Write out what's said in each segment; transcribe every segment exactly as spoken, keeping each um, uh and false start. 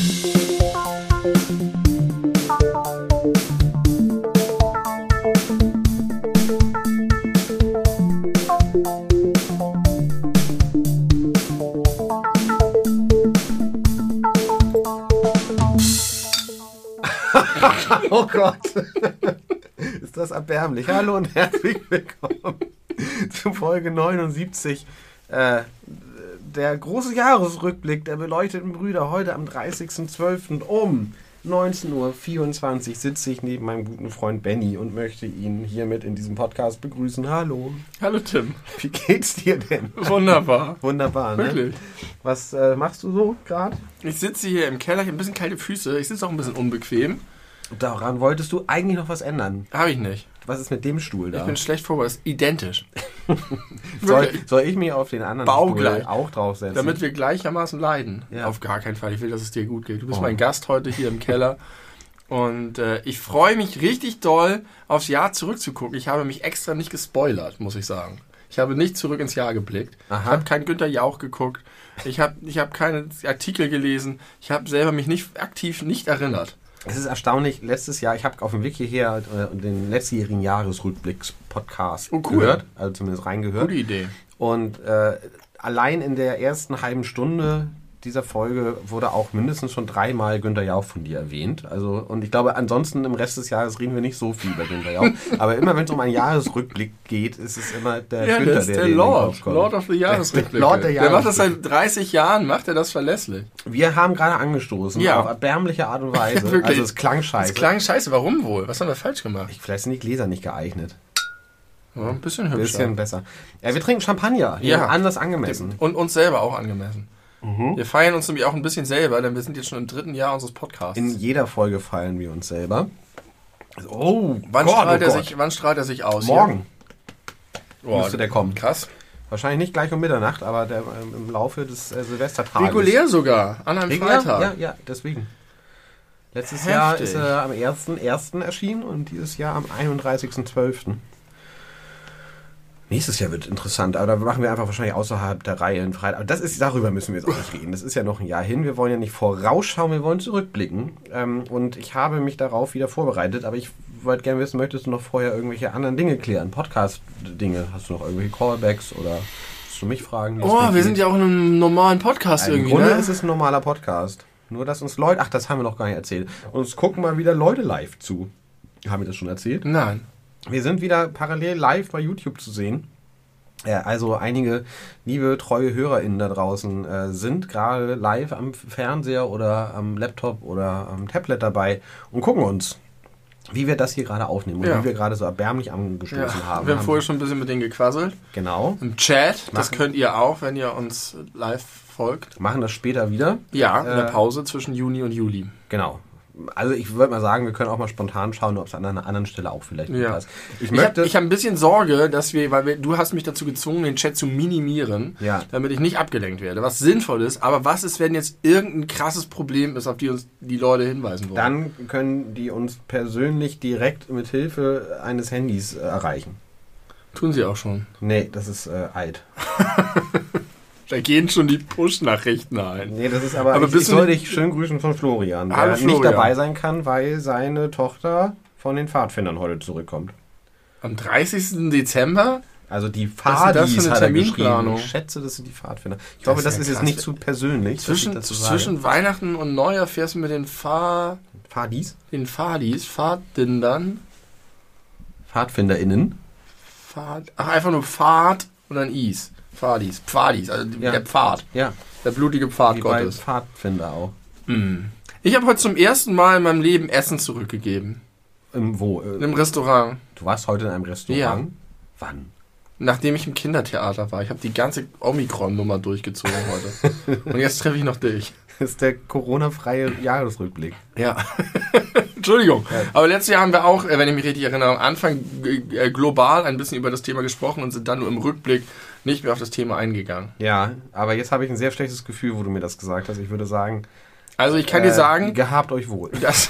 Oh Gott, ist das erbärmlich. Hallo und herzlich willkommen zu Folge neunundsiebzig. Äh, der große Jahresrückblick der beleuchteten Brüder. Heute am dreißigsten zwölften um neunzehn Uhr vierundzwanzig sitze ich neben meinem guten Freund Benny und möchte ihn hiermit in diesem Podcast begrüßen. Hallo. Hallo Tim. Wie geht's dir denn? Wunderbar. Wunderbar, ne? Wirklich. Was äh, machst du so gerade? Ich sitze hier im Keller, ich habe ein bisschen kalte Füße, ich sitze auch ein bisschen unbequem. Daran wolltest du eigentlich noch was ändern. Habe ich nicht. Was ist mit dem Stuhl da? Ich bin schlecht vorbereitet. Identisch. soll, soll ich mich auf den anderen Baugleich. Stuhl auch draufsetzen? Damit wir gleichermaßen leiden. Ja. Auf gar keinen Fall. Ich will, dass es dir gut geht. Du bist Oh. mein Gast heute hier im Keller. Und äh, ich freue mich richtig doll, aufs Jahr zurückzugucken. Ich habe mich extra nicht gespoilert, muss ich sagen. Ich habe nicht zurück ins Jahr geblickt. Aha. Ich habe keinen Günther Jauch geguckt. Ich habe ich hab keine Artikel gelesen. Ich habe selber mich nicht aktiv nicht erinnert. Es ist erstaunlich, letztes Jahr, ich habe auf dem Wiki her äh, den letztjährigen Jahresrückblicks-Podcast Oh, cool. gehört, also zumindest reingehört. Gute Idee. Und äh, allein in der ersten halben Stunde dieser Folge wurde auch mindestens schon dreimal Günther Jauch von dir erwähnt. Also, und ich glaube, ansonsten im Rest des Jahres reden wir nicht so viel über Günther Jauch. Aber immer wenn es um einen Jahresrückblick geht, ist es immer der Ja, Günther, das ist der der dir in den Lord. Kopf kommt. Lord of the Jahresrückblick. Lord der Der macht das Jahresrückblick. seit dreißig Jahren, macht er das verlässlich. Wir haben gerade angestoßen, Ja. auf erbärmliche Art und Weise. Wirklich. Also es klang scheiße. Das klang scheiße. Warum wohl? Was haben wir falsch gemacht? Ich, vielleicht sind die Gläser nicht geeignet. Ja, ein bisschen Ein hübscher. bisschen besser. Ja, wir trinken Champagner. Hier, Ja. anders angemessen. Und uns selber auch angemessen. Mhm. Wir feiern uns nämlich auch ein bisschen selber, denn wir sind jetzt schon im dritten Jahr unseres Podcasts. In jeder Folge feiern wir uns selber. Oh, wann, Gott, strahlt oh er Gott. sich, wann strahlt er sich aus? Morgen Hier? Oh, müsste der kommen. Krass. Wahrscheinlich nicht gleich um Mitternacht, aber der, ähm, im Laufe des äh, Silvestertages. Regulär sogar, an einem Regulär? Freitag. Ja, ja, deswegen. Letztes Heftig. Jahr ist er am ersten ersten erschienen und dieses Jahr am einunddreißigsten zwölften Nächstes Jahr wird interessant, aber da machen wir einfach wahrscheinlich außerhalb der Reihe in Freitag. Aber das ist, darüber müssen wir jetzt auch nicht reden. Das ist ja noch ein Jahr hin. Wir wollen ja nicht vorausschauen, wir wollen zurückblicken. Ähm, und ich habe mich darauf wieder vorbereitet, aber ich wollte gerne wissen, möchtest du noch vorher irgendwelche anderen Dinge klären? Podcast-Dinge? Hast du noch irgendwelche Callbacks oder willst du mich fragen? wie es Oh, dir wir geht? sind ja auch in einem normalen Podcast Im irgendwie, Grunde ne? ist es ein normaler Podcast. Nur, dass uns Leute... Ach, das haben wir noch gar nicht erzählt. Uns gucken mal wieder Leute live zu. Haben wir das schon erzählt? Nein. Wir sind wieder parallel live bei YouTube zu sehen. Ja, also einige liebe, treue HörerInnen da draußen äh, sind gerade live am Fernseher oder am Laptop oder am Tablet dabei und gucken uns, wie wir das hier gerade aufnehmen und Ja. wie wir gerade so erbärmlich angestoßen Ja, haben. wir haben Haben- vorher schon ein bisschen mit denen gequasselt. Genau. Im Chat, das Machen- könnt ihr auch, wenn ihr uns live folgt. Machen das später wieder. Ja, in der Äh, Pause zwischen Juni und Juli. Genau. Also ich würde mal sagen, wir können auch mal spontan schauen, ob es an einer anderen Stelle auch vielleicht gut Ja. passt. Ich Ich möchte... habe hab ein bisschen Sorge, dass wir, weil wir, du hast mich dazu gezwungen, den Chat zu minimieren, Ja. damit ich nicht abgelenkt werde, was sinnvoll ist. Aber was ist, wenn jetzt irgendein krasses Problem ist, auf die uns die Leute hinweisen wollen? Dann können die uns persönlich direkt mit Hilfe eines Handys äh, erreichen. Tun sie auch schon. Nee, das ist äh, alt. Da gehen schon die Push-Nachrichten ein. Nee, das ist aber, Aber ich, bist ich du soll nicht- dich schön grüßen von Florian, der Hallo, nicht Florian. dabei sein kann, weil seine Tochter von den Pfadfindern heute zurückkommt. Am dreißigsten Dezember? Also die Was ist denn das für Pfadis eine hat er Terminplanung? geschrieben. Ich schätze, das sind die Pfadfinder. Ich Das hoffe, ist das ja ist jetzt krass. nicht zu persönlich. was ich Zwischen, dazu sage. zwischen Weihnachten und Neujahr fährst du mit den Fahr... Pfadis? den Fadis, Pfaddindern, PfadfinderInnen? Pfad... Ach, einfach nur Pfad und dann Is. Pfadis, Pfadis, also Ja. der Pfad. Ja, Der blutige Pfad wie bei Gottes. Pfadfinder auch. Mm. Ich habe heute zum ersten Mal in meinem Leben Essen zurückgegeben. Im wo? In Äh, einem Restaurant. du warst heute in einem Restaurant? Ja. Wann? Nachdem ich im Kindertheater war. Ich habe die ganze Omikron-Nummer durchgezogen heute. Und jetzt treffe ich noch dich. Das ist der Corona-freie Jahresrückblick. Ja. Entschuldigung. Aber letztes Jahr haben wir auch, äh, wenn ich mich richtig erinnere, am Anfang äh, global ein bisschen über das Thema gesprochen und sind dann nur im Rückblick nicht mehr auf das Thema eingegangen. Ja, aber jetzt habe ich ein sehr schlechtes Gefühl, wo du mir das gesagt hast. Ich würde sagen, Also ich kann äh, dir sagen, gehabt euch wohl. das,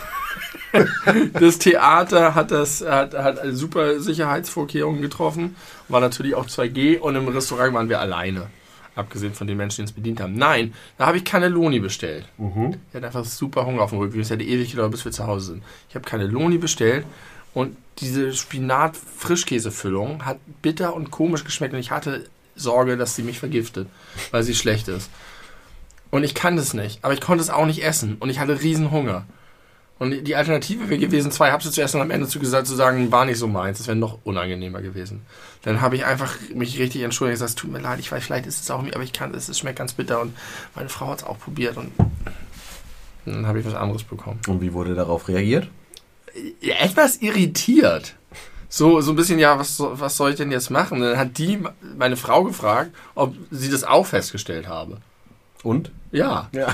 das Theater hat das hat, hat super Sicherheitsvorkehrungen getroffen, war natürlich auch zwei G und im Restaurant waren wir alleine. Abgesehen von den Menschen, die uns bedient haben. Nein, da habe ich Cannelloni bestellt. Mhm. Ich hatte einfach super Hunger auf dem Rückweg. Es hätte ewig gedauert, bis wir zu Hause sind. Ich habe Cannelloni bestellt und diese Spinat-Frischkäsefüllung hat bitter und komisch geschmeckt und ich hatte Sorge, dass sie mich vergiftet, weil sie schlecht ist. Und ich kann das nicht, aber ich konnte es auch nicht essen und ich hatte riesen Hunger. Und die Alternative wäre gewesen, zwei Hapse zu essen und am Ende zu, gesagt, zu sagen, war nicht so meins. Das wäre noch unangenehmer gewesen. Dann habe ich einfach mich richtig entschuldigt und gesagt, es tut mir leid, ich weiß, vielleicht ist es auch nicht, aber ich kann es, es schmeckt ganz bitter und meine Frau hat es auch probiert und dann habe ich was anderes bekommen. Und wie wurde darauf reagiert? Etwas irritiert. So, so ein bisschen, ja, was, was soll ich denn jetzt machen? Und dann hat die, meine Frau, gefragt, ob sie das auch festgestellt habe. Und? Ja. Ja.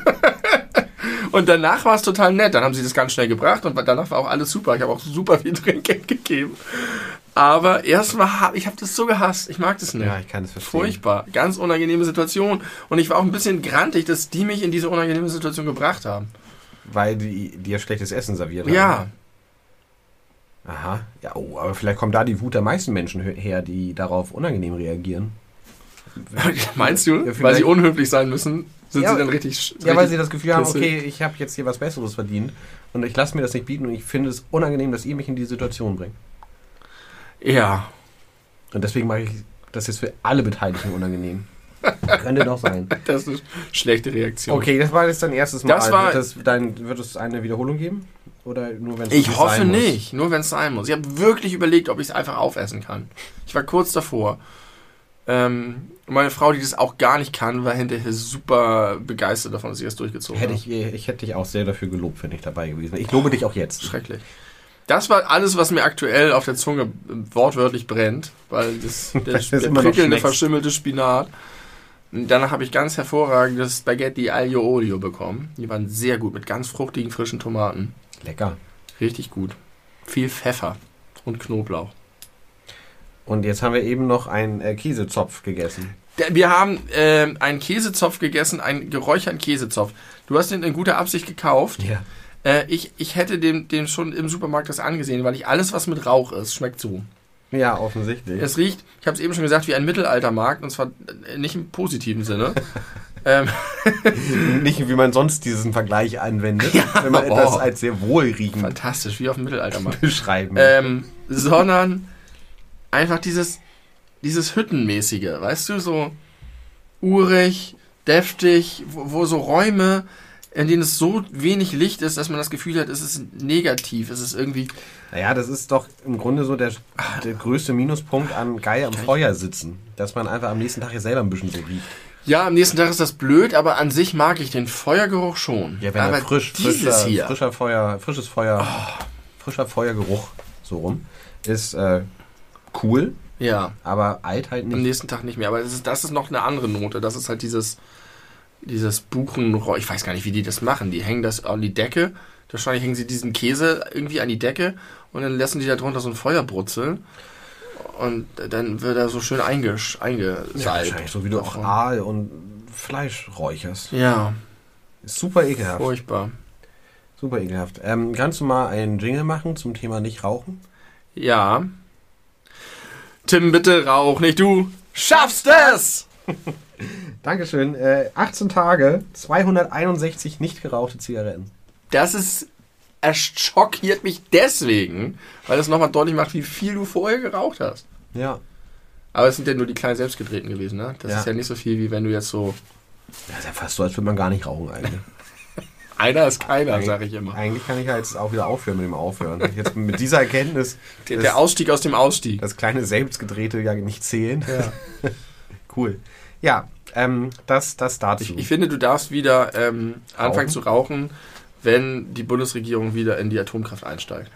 Und danach war es total nett. Dann haben sie das ganz schnell gebracht und danach war auch alles super. Ich habe auch super viel Trinkgeld gegeben. Aber erstmal habe ich hab das so gehasst. Ich mag das nicht. Ja, ich kann das verstehen. Furchtbar. Ganz unangenehme Situation. Und ich war auch ein bisschen grantig, dass die mich in diese unangenehme Situation gebracht haben. Weil die dir schlechtes Essen serviert haben. Ja. Aha. Ja, oh, aber vielleicht kommt da die Wut der meisten Menschen her, die darauf unangenehm reagieren. Meinst du? Ja, weil sie unhöflich sein müssen, sind ja, sie dann richtig Ja, weil sie das Gefühl haben, pissig. okay, ich habe jetzt hier was Besseres verdient und ich lasse mir das nicht bieten und ich finde es unangenehm, dass ihr mich in die Situation bringt. Ja. Und deswegen mache ich das jetzt für alle Beteiligten unangenehm. Könnte doch sein. Das ist eine schlechte Reaktion. Okay, das war jetzt dein erstes Mal. Das war, wird, das, dein, wird es eine Wiederholung geben? Oder nur wenn es Ich hoffe sein muss? nicht, nur wenn es sein muss. Ich habe wirklich überlegt, ob ich es einfach aufessen kann. Ich war kurz davor. Ähm, meine Frau, die das auch gar nicht kann, war hinterher super begeistert davon, dass ich das durchgezogen Hätte habe. ich, ich hätte dich auch sehr dafür gelobt, wenn ich dabei gewesen wäre. Ich lobe dich auch jetzt. Schrecklich. Das war alles, was mir aktuell auf der Zunge wortwörtlich brennt, weil das, der, Das der immer noch prickelnde, schmeckst. verschimmelte Spinat. Und danach habe ich ganz hervorragendes Spaghetti Aglio Olio bekommen. Die waren sehr gut, mit ganz fruchtigen, frischen Tomaten. Lecker. Richtig gut. Viel Pfeffer und Knoblauch. Und jetzt haben wir eben noch einen äh, Käsezopf gegessen. Der- Wir haben äh, einen Käsezopf gegessen, einen geräucherten Käsezopf. Du hast den in guter Absicht gekauft. Ja. Äh, ich, ich hätte dem, dem schon im Supermarkt das angesehen, weil ich alles, was mit Rauch ist, schmeckt so. Ja, offensichtlich. Es riecht, ich habe es eben schon gesagt, wie ein Mittelaltermarkt, und zwar nicht im positiven Sinne. ähm, Nicht, wie man sonst diesen Vergleich anwendet, Ja, wenn man oh. etwas als sehr wohlriechend fantastisch, wie auf dem Mittelaltermarkt. beschreiben ähm, sondern einfach dieses, dieses Hüttenmäßige, weißt du, so urig, deftig, wo, wo so Räume, in denen es so wenig Licht ist, dass man das Gefühl hat, es ist negativ, es ist irgendwie... Naja, das ist doch im Grunde so der, der größte Minuspunkt an geil am Feuer sitzen. Dass man einfach am nächsten Tag ja selber ein bisschen so riecht. Ja, am nächsten Tag ist das blöd, aber an sich mag ich den Feuergeruch schon. Ja, wenn aber er frisch, dieses frischer, hier, frischer Feuer, frisches Feuer, frischer Feuergeruch, so rum, ist äh, cool, ja, aber alt halt am nicht. nächsten Tag nicht mehr. Aber das ist, das ist noch eine andere Note. Das ist halt dieses, dieses Buchenrohr. Ich weiß gar nicht, wie die das machen. Die hängen das an die Decke. Wahrscheinlich hängen sie diesen Käse irgendwie an die Decke und dann lassen die da drunter so ein Feuer brutzeln. Und dann wird er so schön eingesch, Ja, eingesalbt. wahrscheinlich, so wie du auch davon. Aal und Fleisch räucherst. Ja, Ist super ekelhaft. furchtbar. Super ekelhaft. Ähm, kannst du mal einen Jingle machen zum Thema nicht rauchen? Ja. Tim, bitte rauch nicht, du schaffst es! Dankeschön. Äh, achtzehn Tage, zweihunderteinundsechzig nicht gerauchte Zigaretten. Das ist, er schockiert mich deswegen, weil das nochmal deutlich macht, wie viel du vorher geraucht hast. Ja. Aber es sind ja nur die kleinen selbstgedrehten gewesen, ne? Das Ja. ist ja nicht so viel, wie wenn du jetzt so... Das ist ja fast so, als würde man gar nicht rauchen eigentlich. Einer ist keiner, Eigentlich- sage ich immer. Eigentlich kann ich ja jetzt auch wieder aufhören mit dem Aufhören. Jetzt mit dieser Erkenntnis, Der, das, der Ausstieg aus dem Ausstieg. das kleine selbstgedrehte ja nicht zählen. Ja. Cool. Ja, ähm, das, das dazu. Ich, ich finde, du darfst wieder ähm, anfangen Rauchen? zu rauchen, wenn die Bundesregierung wieder in die Atomkraft einsteigt.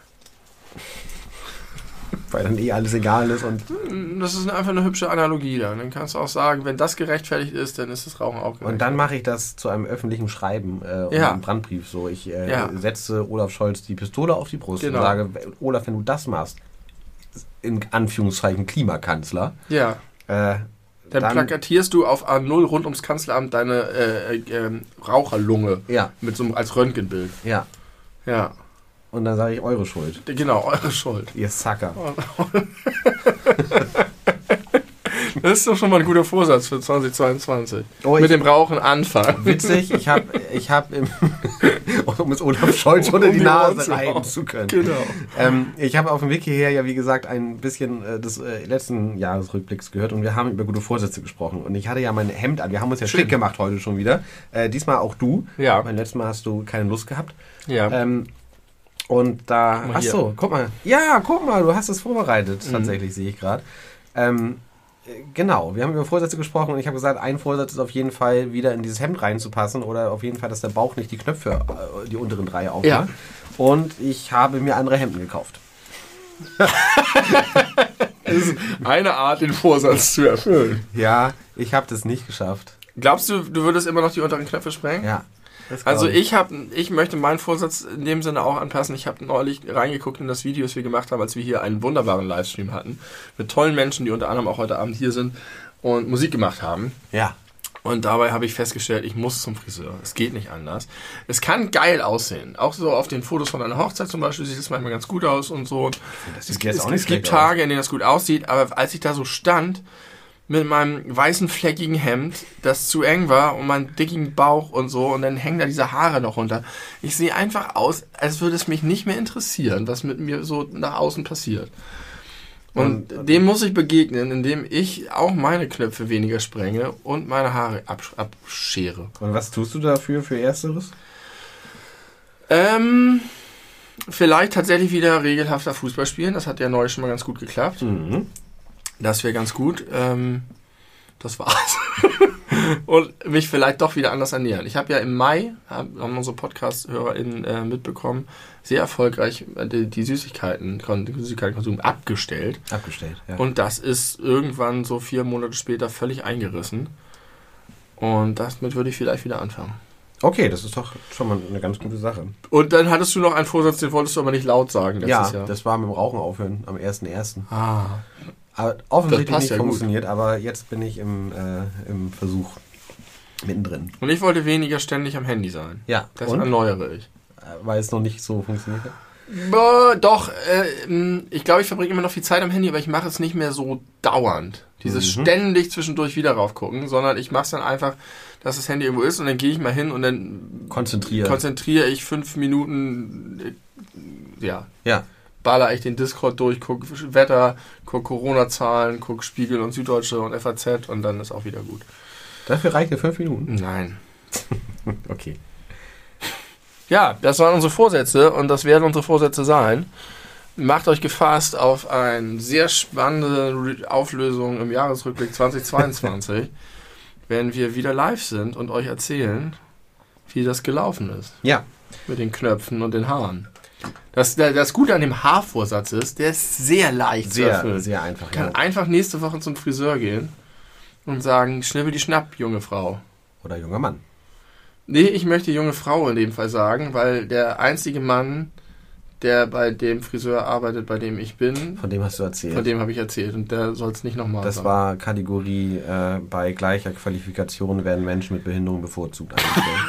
Weil dann eh alles egal ist und Das ist einfach eine hübsche Analogie da. Dann kannst du auch sagen, wenn das gerechtfertigt ist, dann ist das Rauchen auch gerechtfertigt. Und dann mache ich das zu einem öffentlichen Schreiben äh, und Ja. einem Brandbrief. So, ich äh, Ja. setze Olaf Scholz die Pistole auf die Brust Genau. und sage, Olaf, wenn du das machst, in Anführungszeichen Klimakanzler, Ja, äh, dann, dann, plakatierst du auf A null rund ums Kanzleramt deine äh, äh, ähm, Raucherlunge ja, mit so einem, als Röntgenbild. ja. Ja, Und dann sage ich, eure Schuld, genau, eure Schuld. ihr Zacker. Das ist doch schon mal ein guter Vorsatz für zweitausendzweiundzwanzig. Oh, Mit ich- dem Rauchen anfangen. Witzig, ich habe, ich hab im, um es Olaf Scholz unter Um die die Ohren Nase zu reiben hauen. zu können. Genau. Ähm, ich habe auf dem Weg hierher ja, wie gesagt, ein bisschen äh, des äh, letzten Jahresrückblicks gehört und wir haben über gute Vorsätze gesprochen. Und ich hatte ja mein Hemd an. Wir haben uns ja Stimmt. schick gemacht heute schon wieder. Äh, diesmal auch du. Ja. Beim letzten Mal hast du keine Lust gehabt. Ja. Ähm, und da, Guck mal ach hier. so, guck mal. Ja, guck mal, du hast es vorbereitet, Mhm. tatsächlich, sehe ich gerade. Ähm, äh, genau, wir haben über Vorsätze gesprochen und ich habe gesagt, ein Vorsatz ist auf jeden Fall wieder in dieses Hemd reinzupassen oder auf jeden Fall, dass der Bauch nicht die Knöpfe, äh, die unteren drei aufmacht. Ja. Und ich habe mir andere Hemden gekauft. Das ist eine Art, den Vorsatz zu erfüllen. Ja, ich habe das nicht geschafft. Glaubst du, du würdest immer noch die unteren Knöpfe sprengen? Ja. das glaub Also ich habe, ich möchte meinen Vorsatz in dem Sinne auch anpassen. Ich habe neulich reingeguckt in das Video, das wir gemacht haben, als wir hier einen wunderbaren Livestream hatten. Mit tollen Menschen, die unter anderem auch heute Abend hier sind und Musik gemacht haben. Ja. Und dabei habe ich festgestellt, ich muss zum Friseur. Es geht nicht anders. Es kann geil aussehen. Auch so auf den Fotos von einer Hochzeit zum Beispiel sieht es manchmal ganz gut aus und so. Das Es, sieht jetzt es, auch nicht es gibt schlecht aus. Tage, in denen das gut aussieht, aber als ich da so stand mit meinem weißen fleckigen Hemd, das zu eng war und meinem dickigen Bauch und so und dann hängen da diese Haare noch runter. Ich sehe einfach aus, als würde es mich nicht mehr interessieren, was mit mir so nach außen passiert. Und, Und- dem muss ich begegnen, indem ich auch meine Knöpfe weniger sprenge und meine Haare absch- abschere. Und was tust du dafür für Ersteres? Ähm, vielleicht tatsächlich wieder regelhafter Fußball spielen. Das hat ja neu schon mal ganz gut geklappt. Mhm. Das wäre ganz gut. Ähm, das war's. Und mich vielleicht doch wieder anders ernähren. Ich habe ja im Mai, haben haben unsere Podcast-HörerInnen äh, mitbekommen, sehr erfolgreich äh, die, die Süßigkeiten, den Süßigkeitenkonsum abgestellt. Abgestellt, ja. Und das ist irgendwann so vier Monate später völlig eingerissen. Und damit würde ich vielleicht wieder anfangen. Okay, das ist doch schon mal eine ganz gute Sache. Und dann hattest du noch einen Vorsatz, den wolltest du aber nicht laut sagen Ja, letztes Jahr. das war mit dem Rauchen aufhören am ersten ersten Ah, Aber offensichtlich Das passt nicht ja gut. funktioniert, aber jetzt bin ich im, äh, im Versuch mittendrin. und ich wollte weniger ständig am Handy sein. Ja, Das und? erneuere ich. Äh, Weil es noch nicht so funktioniert hat. Boah, doch, äh, mh, ich glaube, ich verbringe immer noch viel Zeit am Handy, aber ich mache es nicht mehr so dauernd. Dieses Mhm. ständig zwischendurch wieder raufgucken, sondern ich mache es dann einfach, dass das Handy irgendwo ist und dann gehe ich mal hin und dann Konzentrieren. konzentriere ich fünf Minuten, äh, ja, ja. baller ich den Discord durch, guck Wetter, guck Corona-Zahlen, guck Spiegel und Süddeutsche und F A Z und dann ist auch wieder gut. Dafür reicht ja fünf Minuten. Nein. Okay. Ja, das waren unsere Vorsätze und das werden unsere Vorsätze sein. Macht euch gefasst auf eine sehr spannende Re- Auflösung im Jahresrückblick zweitausendzweiundzwanzig, wenn wir wieder live sind und euch erzählen, wie das gelaufen ist Ja. mit den Knöpfen und den Haaren. Das, das Gute an dem Haarvorsatz ist, der ist sehr leicht zu Sehr, erfüllen. sehr einfach. Man kann Ja. einfach nächste Woche zum Friseur gehen und sagen, schnibbel die Schnapp, junge Frau. Oder junger Mann. Nee, ich möchte junge Frau in dem Fall sagen, weil der einzige Mann, der bei dem Friseur arbeitet, bei dem ich bin, Von dem hast du erzählt. von dem habe ich erzählt und der soll es nicht nochmal Das sagen. war Kategorie, äh, bei gleicher Qualifikation werden Menschen mit Behinderung bevorzugt eingestellt.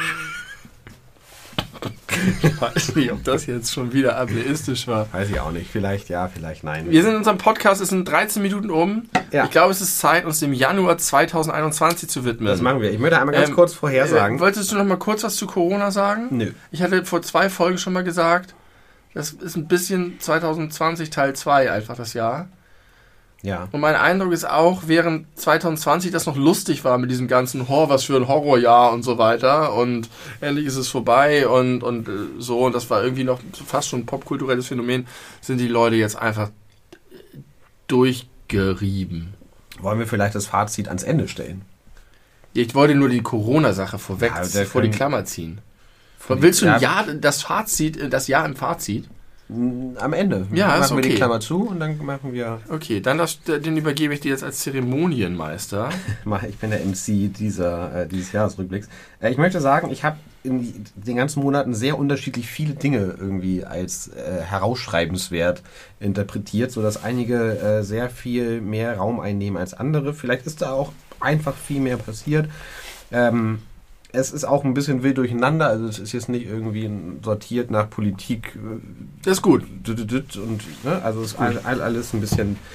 Ich weiß nicht, ob das jetzt schon wieder ableistisch war. Weiß ich auch nicht. Vielleicht ja, vielleicht nein. Wir sind in unserem Podcast, es sind dreizehn Minuten um. Ja. Ich glaube, es ist Zeit, uns dem Januar zweitausendeinundzwanzig zu widmen. Das machen wir. Ich möchte einmal ganz Ähm, kurz vorhersagen. Äh, wolltest du noch mal kurz was zu Corona sagen? Nö. Ich hatte vor zwei Folgen schon mal gesagt, das ist ein bisschen zweitausendzwanzig Teil zwei einfach das Jahr. Ja. Und mein Eindruck ist auch, während zweitausendzwanzig das noch lustig war mit diesem ganzen Horror, was für ein Horrorjahr und so weiter und endlich ist es vorbei und, und äh, so und das war irgendwie noch fast schon ein popkulturelles Phänomen, sind die Leute jetzt einfach durchgerieben. Wollen wir vielleicht das Fazit ans Ende stellen? Ich wollte nur die Corona-Sache vorweg, Ja, der vor die können- Klammer ziehen. Vor die- Willst du ein ja. Jahr, das Fazit, das Jahr im Fazit? Am Ende. Ja, machen ist wir die okay. Klammer zu und dann machen wir. Okay, dann das, den übergebe ich dir jetzt als Zeremonienmeister. Ich bin der M C dieser, äh, dieses Jahresrückblicks. Äh, ich möchte sagen, ich habe in den ganzen Monaten sehr unterschiedlich viele Dinge irgendwie als äh, herausschreibenswert interpretiert, sodass einige äh, sehr viel mehr Raum einnehmen als andere. Vielleicht ist da auch einfach viel mehr passiert. Ähm, Es ist auch ein bisschen wild durcheinander, also es ist jetzt nicht irgendwie sortiert nach Politik. Das ist gut. Und, ne? Also es ist all, all, alles ein bisschen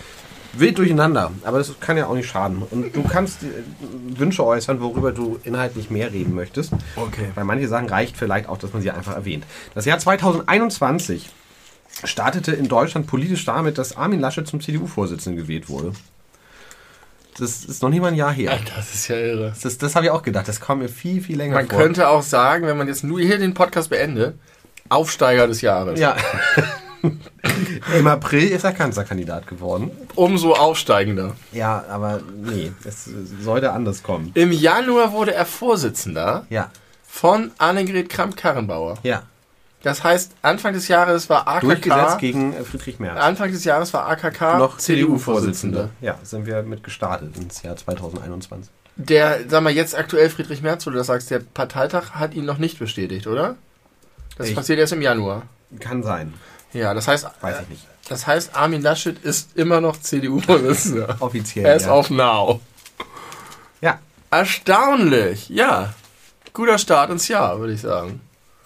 wild durcheinander, aber das kann ja auch nicht schaden. Und du kannst äh, Wünsche äußern, worüber du inhaltlich mehr reden möchtest. Okay. Weil manche Sachen reicht vielleicht auch, dass man sie einfach erwähnt. Das Jahr zweitausendeinundzwanzig startete in Deutschland politisch damit, dass Armin Laschet zum C D U-Vorsitzenden gewählt wurde. Das ist noch nicht mal ein Jahr her. Das ist ja irre. Das, das habe ich auch gedacht. Das kam mir viel, viel länger Man vor. Man könnte auch sagen, wenn man jetzt nur hier den Podcast beendet, Aufsteiger des Jahres. Ja. Im April ist er Kanzlerkandidat geworden. Umso aufsteigender. Ja, aber nee, es sollte anders kommen. Im Januar wurde er Vorsitzender ja. von Annegret Kramp-Karrenbauer. Ja. Das heißt, Anfang des Jahres war A K K... Durchgesetzt gegen Friedrich Merz. Anfang des Jahres war A K K noch C D U-Vorsitzender. Ja, sind wir mit gestartet ins Jahr zweitausendeinundzwanzig. Der, sag mal, jetzt aktuell Friedrich Merz, wo du das sagst, der Parteitag hat ihn noch nicht bestätigt, oder? Das ich passiert erst im Januar. Kann sein. Ja, das heißt... Weiß ich nicht. Das heißt, Armin Laschet ist immer noch C D U-Vorsitzender. Offiziell, As ja. of now. Ja. Erstaunlich, ja. Guter Start ins Jahr, würde ich sagen.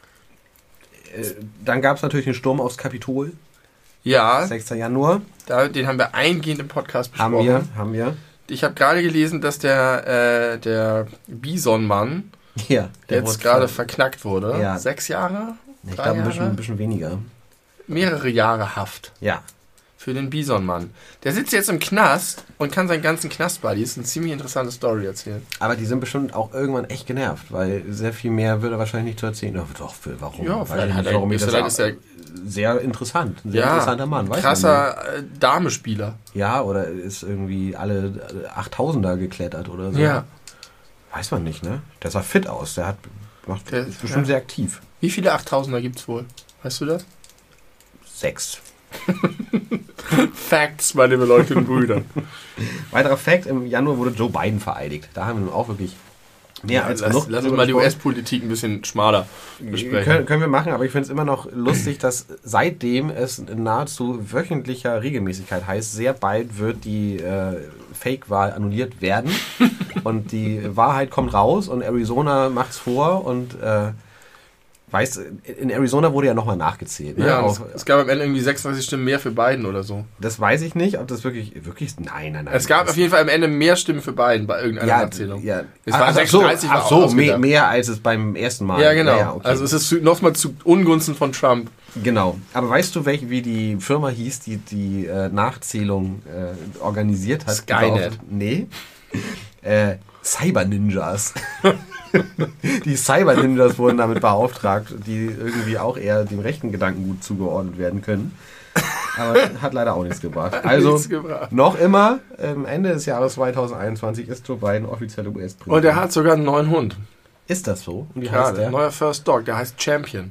Dann gab es natürlich den Sturm aufs Kapitol. Ja. sechster Januar. Da, den haben wir eingehend im Podcast besprochen. Haben wir, haben wir. Ich habe gerade gelesen, dass der, äh, der Bison-Mann ja, der jetzt gerade verknackt wurde. Ja. Sechs Jahre? Ich glaube, ein bisschen, ein bisschen weniger. Mehrere Jahre Haft. Ja. Für den Bison-Mann. Der sitzt jetzt im Knast und kann seinen ganzen Knast-Buddies eine ziemlich interessante Story erzählen. Aber die sind bestimmt auch irgendwann echt genervt, weil sehr viel mehr würde er wahrscheinlich nicht zu erzählen. Doch, doch für, warum? Ja, weil hat warum er, ich das vielleicht ist er sehr interessant. Ein sehr ja, interessanter Mann. Weiß krasser äh, Damespieler. Ja, oder ist irgendwie alle achttausender geklettert oder so. Ja. Weiß man nicht, ne? Der sah fit aus. Der hat macht der, ist bestimmt ja. sehr aktiv. Wie viele achttausender gibt es wohl? Weißt du das? Sechs. Facts, meine beleuchteten Brüder. Weiterer Fact, im Januar wurde Joe Biden vereidigt. Da haben wir nun auch wirklich mehr ja, als lass, genug. Lass uns mal die U S-Politik ein bisschen schmaler besprechen. Können, können wir machen, aber ich finde es immer noch lustig, dass seitdem es in nahezu wöchentlicher Regelmäßigkeit heißt, sehr bald wird die äh, Fake-Wahl annulliert werden und die Wahrheit kommt raus und Arizona macht's vor und äh, weißt, in Arizona wurde ja nochmal nachgezählt. Ne? Ja, Auch, es, es gab am Ende irgendwie sechsunddreißig Stimmen mehr für Biden oder so. Das weiß ich nicht, ob das wirklich, wirklich, nein, nein, nein. Es gab auf jeden Fall am Ende mehr Stimmen für Biden bei irgendeiner ja, Abzählung. Ja. Es war ach, sechsunddreißig, ach so, ach so mehr, mehr als es beim ersten Mal. Ja, genau. Ja, okay. Also es ist nochmal zu Ungunsten von Trump. Genau. Aber weißt du, welche, wie die Firma hieß, die die äh, Nachzählung äh, organisiert hat? Skynet. Auch, nee. äh, Cyber Ninjas. Die Cyber Ninjas wurden damit beauftragt, die irgendwie auch eher dem rechten Gedankengut zugeordnet werden können. Aber hat leider auch nichts gebracht. Also nichts gebracht. Noch immer, ähm, Ende des Jahres zweitausendeinundzwanzig ist Joe Biden offizielle U S-Präsident. Und er hat sogar einen neuen Hund. Ist das so? Und wie Gerade, heißt der? neuer First Dog, der heißt Champion.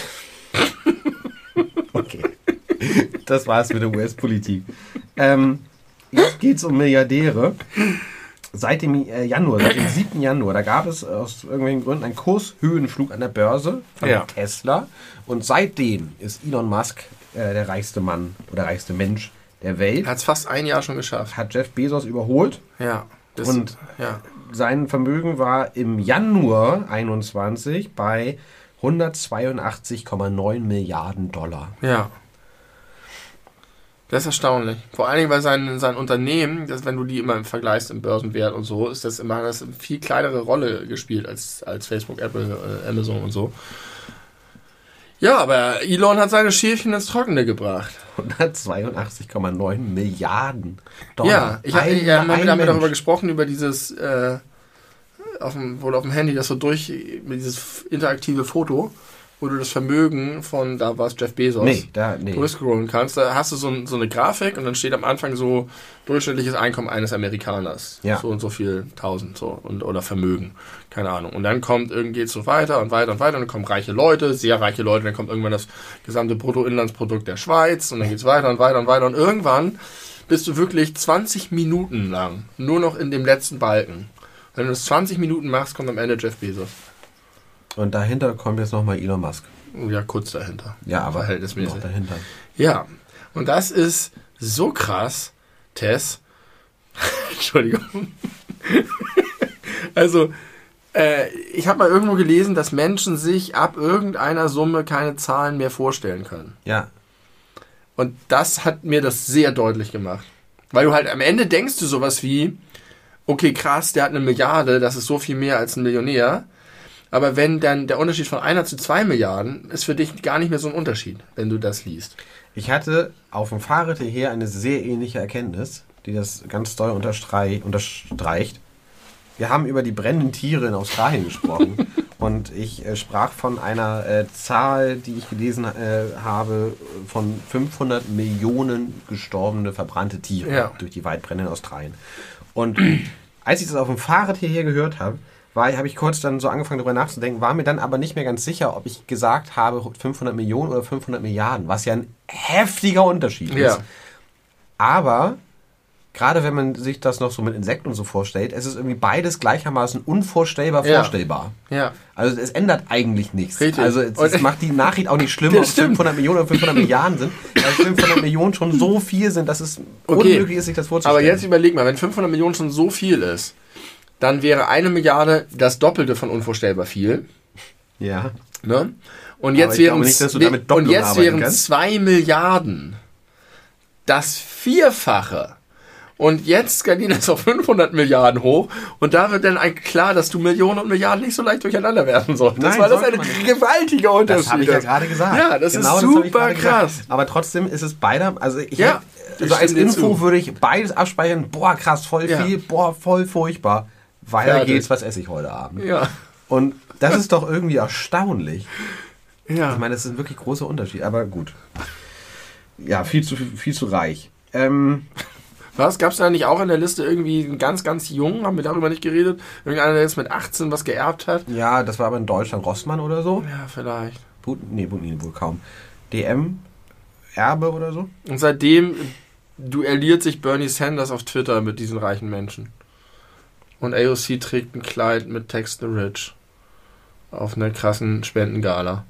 Okay. Das war's mit der U S-Politik. Ähm, jetzt geht's um Milliardäre. Seit dem äh, Januar, seit dem siebten Januar, da gab es aus irgendwelchen Gründen einen Kurshöhenflug an der Börse von ja. Tesla. Und seitdem ist Elon Musk äh, der reichste Mann oder reichste Mensch der Welt. Er hat es fast ein Jahr schon geschafft. Hat Jeff Bezos überholt. Ja. Das, und ja. sein Vermögen war im Januar einundzwanzig bei hundertzweiundachtzig Komma neun Milliarden Dollar. Ja. Das ist erstaunlich. Vor allen Dingen, weil sein, sein Unternehmen, das, wenn du die immer vergleichst im Börsenwert und so, ist das immer das eine viel kleinere Rolle gespielt als, als Facebook, Apple, äh, Amazon und so. Ja, aber Elon hat seine Schäfchen ins Trockene gebracht. hundertzweiundachtzig Komma neun Milliarden Dollar. Ja, ich habe ein, ja, ein wir haben Mensch. darüber gesprochen, über dieses, äh, auf dem, wohl auf dem Handy, das so durch, mit dieses interaktive Foto, wo du das Vermögen von, da war es Jeff Bezos, nee, da, nee. durchscrollen kannst. Da hast du so, ein, so eine Grafik und dann steht am Anfang so durchschnittliches Einkommen eines Amerikaners. Ja. So und so viel tausend so und, oder Vermögen. Keine Ahnung. Und dann kommt irgendwie geht's so weiter und weiter und weiter und dann kommen reiche Leute, sehr reiche Leute, dann kommt irgendwann das gesamte Bruttoinlandsprodukt der Schweiz und dann geht's weiter und weiter und weiter und irgendwann bist du wirklich zwanzig Minuten lang nur noch in dem letzten Balken. Wenn du das zwanzig Minuten machst, kommt am Ende Jeff Bezos. Und dahinter kommt jetzt nochmal Elon Musk. Ja, kurz dahinter. Ja, aber verhältnismäßig. noch dahinter. Ja, und das ist so krass, Tess. Entschuldigung. Also, äh, ich habe mal irgendwo gelesen, dass Menschen sich ab irgendeiner Summe keine Zahlen mehr vorstellen können. Ja. Und das hat mir das sehr deutlich gemacht. Weil du halt am Ende denkst du sowas wie, okay, krass, der hat eine Milliarde, das ist so viel mehr als ein Millionär. Aber wenn dann der Unterschied von einer zu zwei Milliarden ist für dich gar nicht mehr so ein Unterschied, wenn du das liest. Ich hatte auf dem Fahrrad hierher eine sehr ähnliche Erkenntnis, die das ganz doll unterstrei- unterstreicht. Wir haben über die brennenden Tiere in Australien gesprochen und ich äh, sprach von einer äh, Zahl, die ich gelesen äh, habe, von fünfhundert Millionen gestorbene, verbrannte Tiere Ja. durch die Waldbrände in Australien. Und als ich das auf dem Fahrrad hierher gehört habe, war, habe ich kurz dann so angefangen darüber nachzudenken, war mir dann aber nicht mehr ganz sicher, ob ich gesagt habe fünfhundert Millionen oder fünfhundert Milliarden, was ja ein heftiger Unterschied Ja. ist. Aber gerade wenn man sich das noch so mit Insekten und so vorstellt, es ist irgendwie beides gleichermaßen unvorstellbar Ja. vorstellbar. Ja. Also es ändert eigentlich nichts. Richtig. Also es, es Und- macht die Nachricht auch nicht schlimmer, Das ob stimmt. fünfhundert Millionen oder fünfhundert Milliarden sind, weil fünfhundert Millionen schon so viel sind, dass es Okay. unmöglich ist, sich das vorzustellen. Aber jetzt überleg mal, wenn fünfhundert Millionen schon so viel ist, dann wäre eine Milliarde das Doppelte von unvorstellbar viel. Ja. Ne? Und Aber jetzt ich wären glaube nicht, dass du we- damit und Doppelung jetzt arbeiten wären kannst. zwei Milliarden das Vierfache. Und jetzt skalieren das auf fünfhundert Milliarden hoch und da wird dann eigentlich klar, dass du Millionen und Milliarden nicht so leicht durcheinander werfen solltest, Nein, weil das sollte ein man nicht. Das gewaltiger Unterschied habe ich ja ist. gerade gesagt. Ja, das Genau ist habe ich super gerade krass. gesagt. Aber trotzdem ist es beider, also ich Ja, hätte, ich also als stimme dir Info zu. würde ich beides abspeichern, boah krass, voll Ja. viel, boah voll furchtbar. Weiter Fertig. geht's, was esse ich heute Abend? Ja. Und das ist doch irgendwie erstaunlich. Ja. Ich meine, das ist ein wirklich großer Unterschied, aber gut. Ja, viel zu, viel zu reich. Ähm, Was? Gab es da nicht auch in der Liste irgendwie einen ganz, ganz jungen, haben wir darüber nicht geredet? Irgendeiner, der jetzt mit achtzehn was geerbt hat? ja, das war aber in Deutschland Rossmann oder so. Ja, vielleicht. But, nee, But, nee, wohl kaum. D M, Erbe oder so. Und seitdem duelliert sich Bernie Sanders auf Twitter mit diesen reichen Menschen. Und A O C trägt ein Kleid mit Text the Rich. Auf einer krassen Spendengala.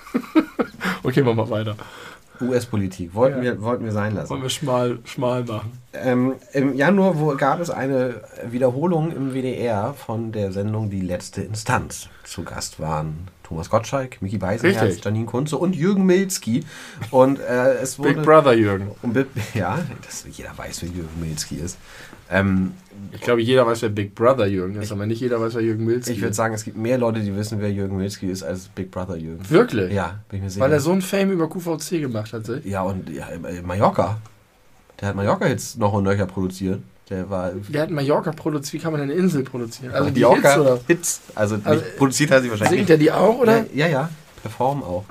Okay, machen wir weiter. U S-Politik. Wollten, Ja. wir, wollten wir sein lassen. Wollen wir schmal, schmal machen. Ähm, Im Januar wo, gab es eine Wiederholung im W D R von der Sendung Die letzte Instanz. Zu Gast waren Thomas Gottschalk, Micky Beisenherz, Richtig. Janine Kunze und Jürgen Milzki. Und äh, es wurde... Big Brother Jürgen. um, Bi- ja, das, jeder weiß, wer Jürgen Milzki ist. Ähm, Ich glaube, jeder weiß, wer Big Brother Jürgen ist, aber nicht jeder weiß, wer Jürgen Milzki ich würde ist. sagen, es gibt mehr Leute, die wissen, wer Jürgen Milzki ist, als Big Brother Jürgen. Wirklich? Ja, bin ich mir sicher. Weil er so ein Fame über Q V C gemacht hat, sich. Ja, und ja, äh, Mallorca. Der hat Mallorca jetzt noch und nöcher produziert. Der war... Der hat Mallorca produziert. Wie kann man eine Insel produzieren? Also die Mallorca Hits, oder? Hits. Also, Also, nicht produziert hat sie wahrscheinlich Singt er die auch, oder? Ja, ja, ja, performen auch.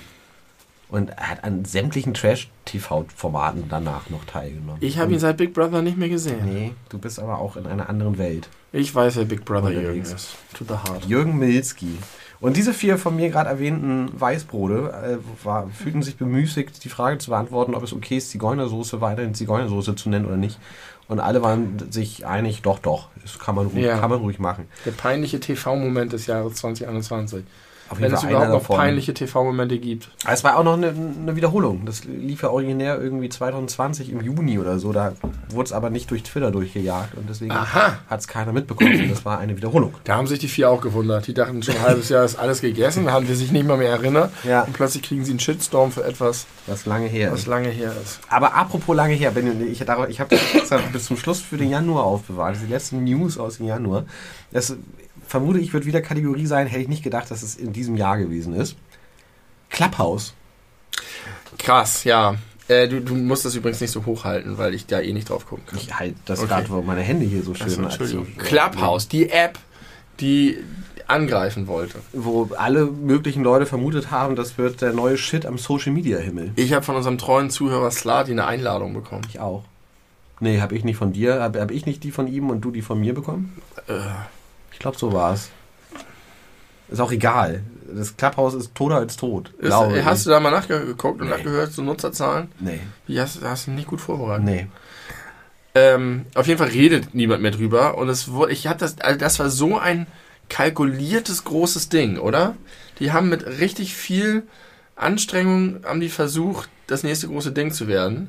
Und er hat an sämtlichen Trash-T V-Formaten danach noch teilgenommen. Ich habe ihn seit Big Brother nicht mehr gesehen. Nee, du bist aber auch in einer anderen Welt. Ich weiß, wer Big Brother Unterwegs. Jürgen ist. To the heart. Jürgen Milzki. Und diese vier von mir gerade erwähnten Weißbrote äh, war, fühlten sich bemüßigt, die Frage zu beantworten, ob es okay ist, Zigeunersoße weiterhin Zigeunersoße zu nennen oder nicht. Und alle waren sich einig, doch, doch, das kann man ruhig, Ja. kann man ruhig machen. Der peinliche T V-Moment des Jahres zwanzig einundzwanzig. Auf Wenn es einer überhaupt noch davon. peinliche T V-Momente gibt. Aber es war auch noch eine, eine Wiederholung. Das lief ja originär irgendwie zwanzig zwanzig im Juni oder so. Da wurde es aber nicht durch Twitter durchgejagt und deswegen Aha. hat es keiner mitbekommen. Und das war eine Wiederholung. Da haben sich die vier auch gewundert. Die dachten schon ein halbes Jahr ist alles gegessen, da haben die sich nicht mal mehr erinnert. Ja. Und plötzlich kriegen sie einen Shitstorm für etwas, Was lange her was ist. lange her ist. Aber apropos lange her, Benjamin, ich, darauf- ich habe das extra bis zum Schluss für den Januar aufbewahrt. Das sind die letzten News aus dem Januar. Das vermute ich, wird wieder Kategorie sein. Hätte ich nicht gedacht, dass es in diesem Jahr gewesen ist. Clubhouse. Krass, ja. Äh, du, du musst das übrigens nicht so hochhalten, weil ich da eh nicht drauf gucken kann. Ich halte das Okay. gerade, wo meine Hände hier so schön Achso, Entschuldigung. dazu- Clubhouse, die App, die angreifen wollte. Wo alle möglichen Leute vermutet haben, das wird der neue Shit am Social-Media-Himmel. Ich habe von unserem treuen Zuhörer Slati eine Einladung bekommen. Ich auch. Nee, habe ich nicht von dir. Habe hab ich nicht die von ihm und du die von mir bekommen? Äh, Ich glaube, so war es. Ist auch egal. Das Clubhouse ist toter als tot. ist, glaube hast ich. du da mal nachgeguckt und Nee. nachgehört, so Nutzerzahlen? Nee. Wie hast, hast du nicht gut vorbereitet? Nee. Ähm, auf jeden Fall redet niemand mehr drüber und es wurde, ich habe das, also das war so ein kalkuliertes großes Ding, oder? Die haben mit richtig viel Anstrengung haben die versucht, das nächste große Ding zu werden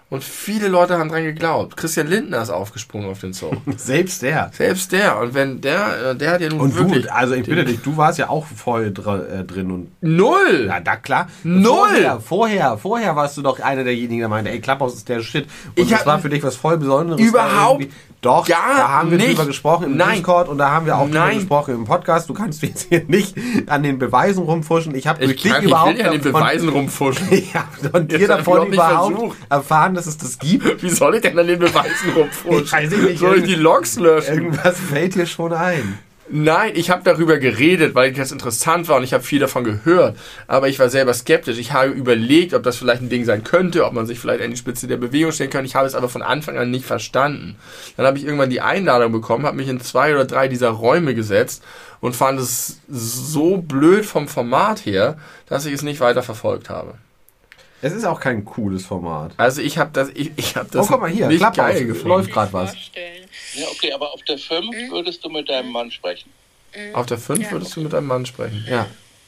Und viele Leute haben dran geglaubt. Christian Lindner ist aufgesprungen auf den Song. Selbst der. Selbst der. Und wenn der, der hat ja nun und wirklich... Du, also ich bitte dich, du warst ja auch voll dr- äh, drin. Und Null! Ja, da klar. Null! Vorher, vorher, vorher warst du doch einer derjenigen, der meinte, ey, Clubhouse ist der Shit. Und ich das war für dich was voll Besonderes. Überhaupt Doch, gar da haben wir nicht. drüber gesprochen im Nein. Discord und da haben wir auch drüber Nein. gesprochen im Podcast. Du kannst jetzt hier nicht an den Beweisen rumfuschen. Ich habe durch Ich, dich kann, ich überhaupt will nicht an den Beweisen rumfuschen. Ich habe von dir Jetzt hab ich davon überhaupt nicht überhaupt versucht. erfahren, dass es das gibt. Wie soll ich denn an den Beweisen rumfuschen? Ich weiß nicht, soll ich die Logs löschen? Irgendwas fällt dir schon ein. Nein, ich habe darüber geredet, weil das interessant war und ich habe viel davon gehört. Aber ich war selber skeptisch. Ich habe überlegt, ob das vielleicht ein Ding sein könnte, ob man sich vielleicht an die Spitze der Bewegung stellen kann. Ich habe es aber von Anfang an nicht verstanden. Dann habe ich irgendwann die Einladung bekommen, habe mich in zwei oder drei dieser Räume gesetzt und fand es so blöd vom Format her, dass ich es nicht weiter verfolgt habe. Es ist auch kein cooles Format. Also ich habe das, ich, ich hab das oh, guck mal hier, nicht Clubhouse, geil gefunden. läuft gerade was. Ja, okay, aber auf der fünf würdest du mit deinem Mann sprechen. Auf der fünf ja. würdest du mit einem Mann sprechen. Ja.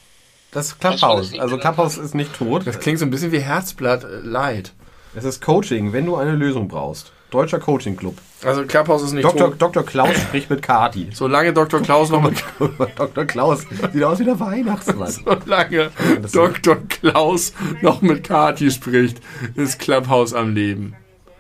Das ist Clubhouse. Also Clubhouse ist nicht tot. Das klingt so ein bisschen wie Herzblatt äh, Light. Es ist Coaching, wenn du eine Lösung brauchst. Deutscher Coaching Club. Also Clubhouse ist nicht Doktor tot. Doktor Klaus spricht mit Kati. Solange Doktor Klaus noch mit... Doktor Klaus sieht aus wie der Weihnachtsmann. Solange Doktor Klaus noch mit Kati spricht, ist Clubhouse am Leben.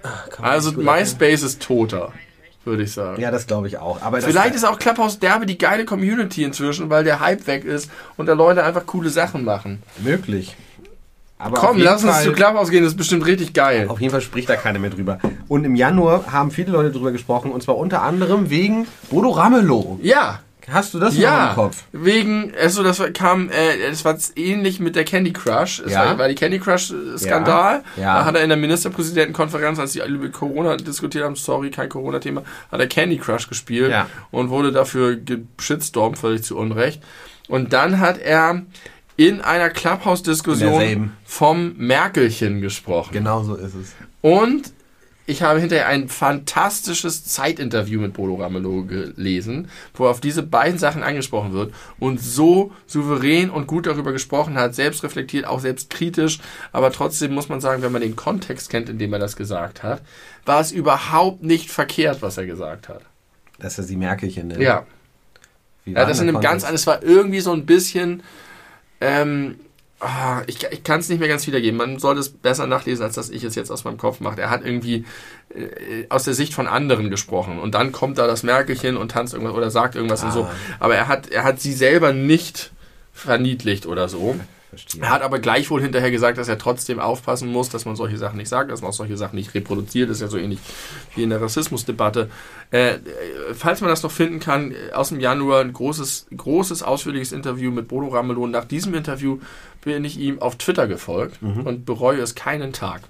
Also MySpace ist toter, würde ich sagen. Ja, das glaube ich auch. Aber vielleicht ist auch Clubhouse derbe die geile Community inzwischen, weil der Hype weg ist und da Leute einfach coole Sachen machen. Möglich. Aber komm, lass uns zu Clubhouse gehen, das ist bestimmt richtig geil. Auf jeden Fall spricht da keiner mehr drüber. Und im Januar haben viele Leute drüber gesprochen, und zwar unter anderem wegen Bodo Ramelow. Ja. Hast du das ja, noch im Kopf? Wegen, also das kam, äh, das war ähnlich mit der Candy Crush. Es ja. war, war die Candy Crush Skandal. Ja. Ja. Da hat er in der Ministerpräsidentenkonferenz, als die alle über Corona diskutiert haben, sorry, kein Corona-Thema, hat er Candy Crush gespielt ja. und wurde dafür geschitstormt, völlig zu Unrecht. Und dann hat er in einer Clubhouse-Diskussion vom Merkelchen gesprochen. Genau so ist es. Und ich habe hinterher ein fantastisches Zeitinterview mit Bodo Ramelow gelesen, wo auf diese beiden Sachen angesprochen wird und so souverän und gut darüber gesprochen hat, selbst reflektiert, auch selbst kritisch, aber trotzdem muss man sagen, wenn man den Kontext kennt, in dem er das gesagt hat, war es überhaupt nicht verkehrt, was er gesagt hat. Dass er sie Merkelchen nennt. Ja. Wie ja, das in einem ganz, es war irgendwie so ein bisschen, ähm, Oh, ich ich kann es nicht mehr ganz wiedergeben. Man sollte es besser nachlesen, als dass ich es jetzt aus meinem Kopf mache. Er hat irgendwie äh, aus der Sicht von anderen gesprochen. Und dann kommt da das Merkelchen und tanzt irgendwas oder sagt irgendwas ah. und so. Aber er hat, er hat sie selber nicht verniedlicht oder so. Verstehe. Er hat aber gleichwohl hinterher gesagt, dass er trotzdem aufpassen muss, dass man solche Sachen nicht sagt, dass man auch solche Sachen nicht reproduziert. Das ist ja so ähnlich wie in der Rassismusdebatte. Äh, falls man das noch finden kann, aus dem Januar ein großes, großes, ausführliches Interview mit Bodo Ramelow. Nach diesem Interview bin ich ihm auf Twitter gefolgt mhm. und bereue es keinen Tag.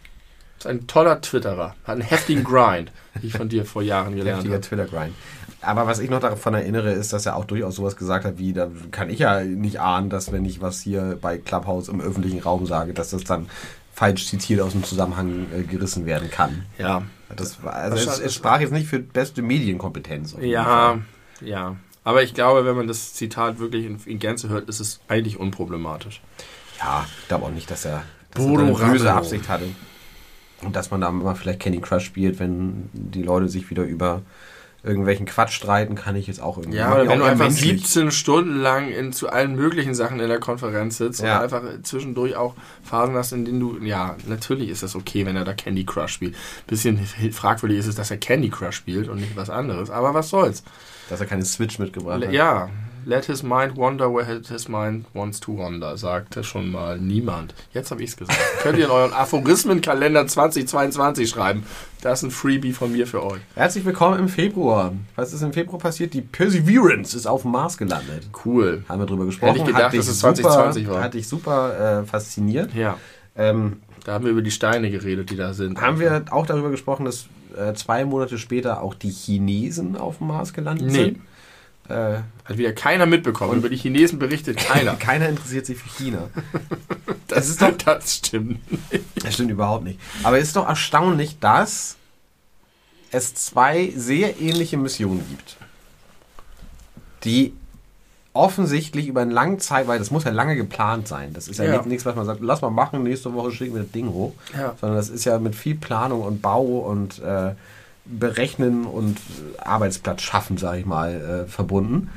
Das ist ein toller Twitterer, hat einen heftigen Grind, wie ich von dir vor Jahren gelernt habe. Heftiger Twitter-Grind. Aber was ich noch davon erinnere, ist, dass er auch durchaus sowas gesagt hat, wie, da kann ich ja nicht ahnen, dass wenn ich was hier bei Clubhouse im öffentlichen Raum sage, dass das dann falsch zitiert aus dem Zusammenhang äh, gerissen werden kann. Ja. Das war, also es, es sprach jetzt nicht für beste Medienkompetenz. Ja, ja. Aber ich glaube, wenn man das Zitat wirklich in, in Gänze hört, ist es eigentlich unproblematisch. Ja, ich glaube auch nicht, dass er, dass Bodo er eine böse Ramelow. Absicht hatte. Und dass man da mal vielleicht Candy Crush spielt, wenn die Leute sich wieder über irgendwelchen Quatsch streiten, kann ich jetzt auch irgendwie. Ja, oder wenn du einfach siebzehn Stunden lang in, zu allen möglichen Sachen in der Konferenz sitzt ja. und einfach zwischendurch auch Phasen hast, in denen du, ja, natürlich ist das okay, wenn er da Candy Crush spielt. Bisschen fragwürdig ist es, dass er Candy Crush spielt und nicht was anderes, aber was soll's. Dass er keine Switch mitgebracht hat. Ja, let his mind wander where his mind wants to wander, sagte schon mal niemand. Jetzt habe ich es gesagt. Könnt ihr in euren Aphorismenkalender zweitausendzweiundzwanzig schreiben. Das ist ein Freebie von mir für euch. Herzlich willkommen im Februar. Was ist im Februar passiert? Die Perseverance ist auf dem Mars gelandet. Cool. Haben wir drüber gesprochen. Hätte ich gedacht, dass es zwanzig zwanzig super, war. Hat dich super äh, fasziniert. Ja. Ähm, da haben wir über die Steine geredet, die da sind. Haben wir auch darüber gesprochen, dass äh, zwei Monate später auch die Chinesen auf dem Mars gelandet nee. sind? Äh, Hat wieder keiner mitbekommen. Und über die Chinesen berichtet keiner. Keiner interessiert sich für China. das, das, ist doch, das stimmt nicht. Das stimmt überhaupt nicht. Aber es ist doch erstaunlich, dass es zwei sehr ähnliche Missionen gibt, die offensichtlich über eine lange Zeit, weil das muss ja lange geplant sein. Das ist ja, ja. nichts, was man sagt, lass mal machen, nächste Woche schicken wir das Ding hoch. Ja. Sondern das ist ja mit viel Planung und Bau und äh, Berechnen und Arbeitsplatz schaffen, sage ich mal, äh, verbunden.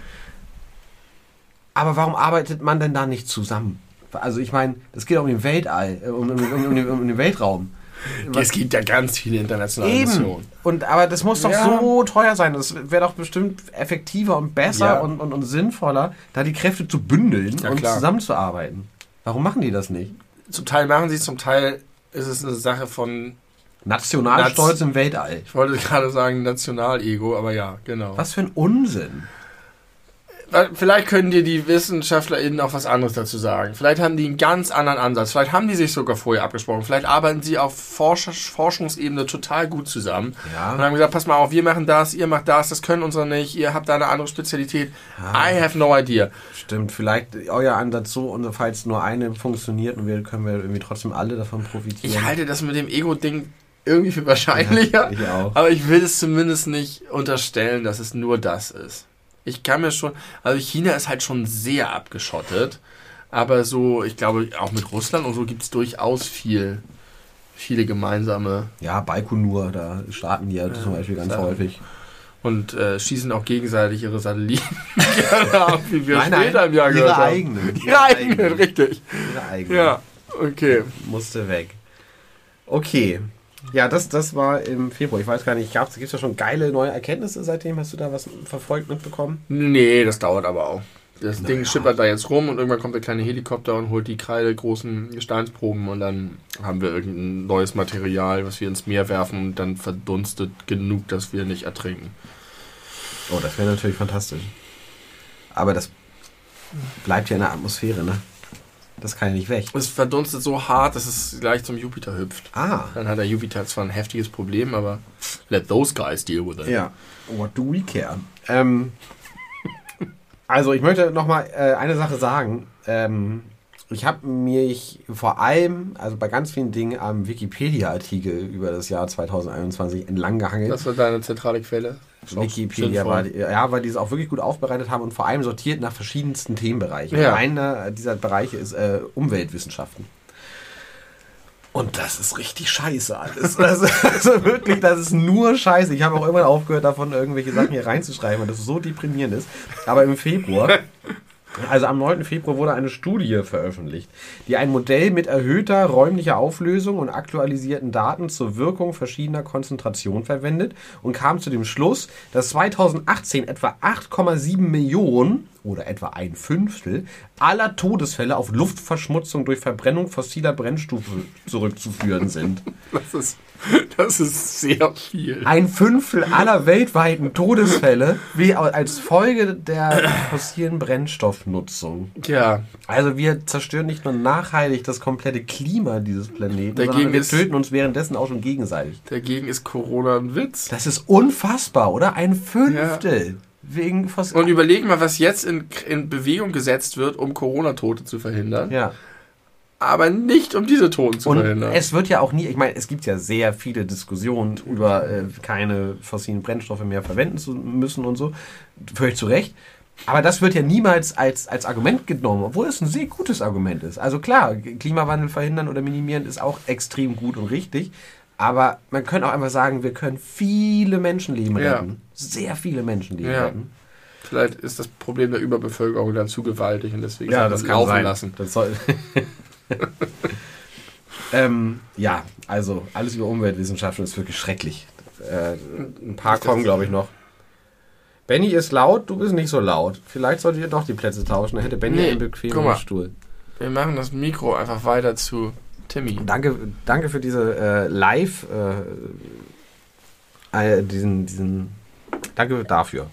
Aber warum arbeitet man denn da nicht zusammen? Also ich meine, das geht um den Weltall, äh, um, um, um, um, den, um den Weltraum. Es gibt ja ganz viele internationale Eben. Missionen. Und, aber das muss doch ja. so teuer sein. Das wäre doch bestimmt effektiver und besser ja. und, und, und sinnvoller, da die Kräfte zu bündeln ja, und klar. zusammenzuarbeiten. Warum machen die das nicht? Zum Teil machen sie es, zum Teil ist es eine Sache von Nationalstolz Naz- im Weltall. Ich wollte gerade sagen Nationalego, aber ja, genau. Was für ein Unsinn. Vielleicht können dir die WissenschaftlerInnen auch was anderes dazu sagen. Vielleicht haben die einen ganz anderen Ansatz. Vielleicht haben die sich sogar vorher abgesprochen. Vielleicht arbeiten sie auf Forsch- Forschungsebene total gut zusammen. Ja. Und haben gesagt, pass mal auf, wir machen das, ihr macht das, das können unsere nicht, ihr habt da eine andere Spezialität. Ja. I have no idea. Stimmt, vielleicht euer Ansatz so, und falls nur eine funktioniert, und wir können wir irgendwie trotzdem alle davon profitieren. Ich halte das mit dem Ego-Ding irgendwie für wahrscheinlicher. Ja, ich auch. Aber ich will es zumindest nicht unterstellen, dass es nur das ist. Ich kann mir schon, also China ist halt schon sehr abgeschottet, aber so, ich glaube, auch mit Russland und so gibt es durchaus viel, viele gemeinsame. Ja, Baikonur, da starten die ja, ja zum Beispiel ganz häufig. Und äh, schießen auch gegenseitig ihre Satelliten gerne ab, wie wir nein, später nein, im Jahr ihre gehört haben. Eigenen, ihre, ihre eigenen. Ihre eigenen, richtig. Ihre eigenen. Ja, okay. Musste weg. Okay. Ja, das, das war im Februar. Ich weiß gar nicht, gibt es ja schon geile neue Erkenntnisse seitdem? Hast du da was verfolgt mitbekommen? Nee, das dauert aber auch. Das Na Ding ja. schippert da jetzt rum und irgendwann kommt der kleine Helikopter und holt die kreidegroßen Gesteinsproben und dann haben wir irgendein neues Material, was wir ins Meer werfen und dann verdunstet genug, dass wir nicht ertrinken. Oh, das wäre natürlich fantastisch. Aber das bleibt ja in der Atmosphäre, ne? Das kann ja nicht weg. Es verdunstet so hart, dass es gleich zum Jupiter hüpft. Ah. Dann hat der Jupiter zwar ein heftiges Problem, aber let those guys deal with it. Ja. What do we care? Ähm, also ich möchte nochmal äh, eine Sache sagen. Ähm, ich habe mich vor allem, also bei ganz vielen Dingen, am Wikipedia-Artikel über das Jahr zwanzig einundzwanzig entlang gehangelt. Das war deine zentrale Quelle? Wikipedia war, ja, weil die es auch wirklich gut aufbereitet haben und vor allem sortiert nach verschiedensten Themenbereichen. Ja. Einer dieser Bereiche ist äh, Umweltwissenschaften. Und das ist richtig scheiße alles. Also, also wirklich, das ist nur scheiße. Ich habe auch irgendwann aufgehört, davon irgendwelche Sachen hier reinzuschreiben, weil das so deprimierend ist. Aber im Februar, also am neunten Februar, wurde eine Studie veröffentlicht, die ein Modell mit erhöhter räumlicher Auflösung und aktualisierten Daten zur Wirkung verschiedener Konzentrationen verwendet und kam zu dem Schluss, dass zweitausendachtzehn etwa acht Komma sieben Millionen oder etwa ein Fünftel aller Todesfälle auf Luftverschmutzung durch Verbrennung fossiler Brennstoffe zurückzuführen sind. Das ist, das ist sehr viel. Ein Fünftel aller weltweiten Todesfälle wie als Folge der fossilen Brennstoffnutzung. Ja. Also wir zerstören nicht nur nachhaltig das komplette Klima dieses Planeten, dagegen sondern wir ist, töten uns währenddessen auch schon gegenseitig. Dagegen ist Corona ein Witz. Das ist unfassbar, oder? Ein Fünftel. Ja. Wegen Fos- Und überlegen mal, was jetzt in, in Bewegung gesetzt wird, um Corona-Tote zu verhindern. Ja. Aber nicht, um diese Toten zu und verhindern. Es wird ja auch nie, ich meine, es gibt ja sehr viele Diskussionen über äh, keine fossilen Brennstoffe mehr verwenden zu müssen und so. Völlig zu Recht. Aber das wird ja niemals als, als Argument genommen, obwohl es ein sehr gutes Argument ist. Also klar, Klimawandel verhindern oder minimieren ist auch extrem gut und richtig. Aber man könnte auch einfach sagen, wir können viele Menschenleben retten. Ja. Sehr viele Menschenleben ja. retten. Vielleicht ist das Problem der Überbevölkerung dann zu gewaltig und deswegen ja, soll das das kann laufen sein. lassen. Das soll ähm, ja, also alles über Umweltwissenschaften ist wirklich schrecklich. Äh, ein paar kommen, glaube ich, noch. Benny ist laut, du bist nicht so laut. Vielleicht solltet ihr doch die Plätze tauschen, dann hätte Benny nee, einen bequemen Stuhl. Wir machen das Mikro einfach weiter zu Timmy. Danke, danke für diese äh, Live, äh, äh, diesen, diesen, danke dafür.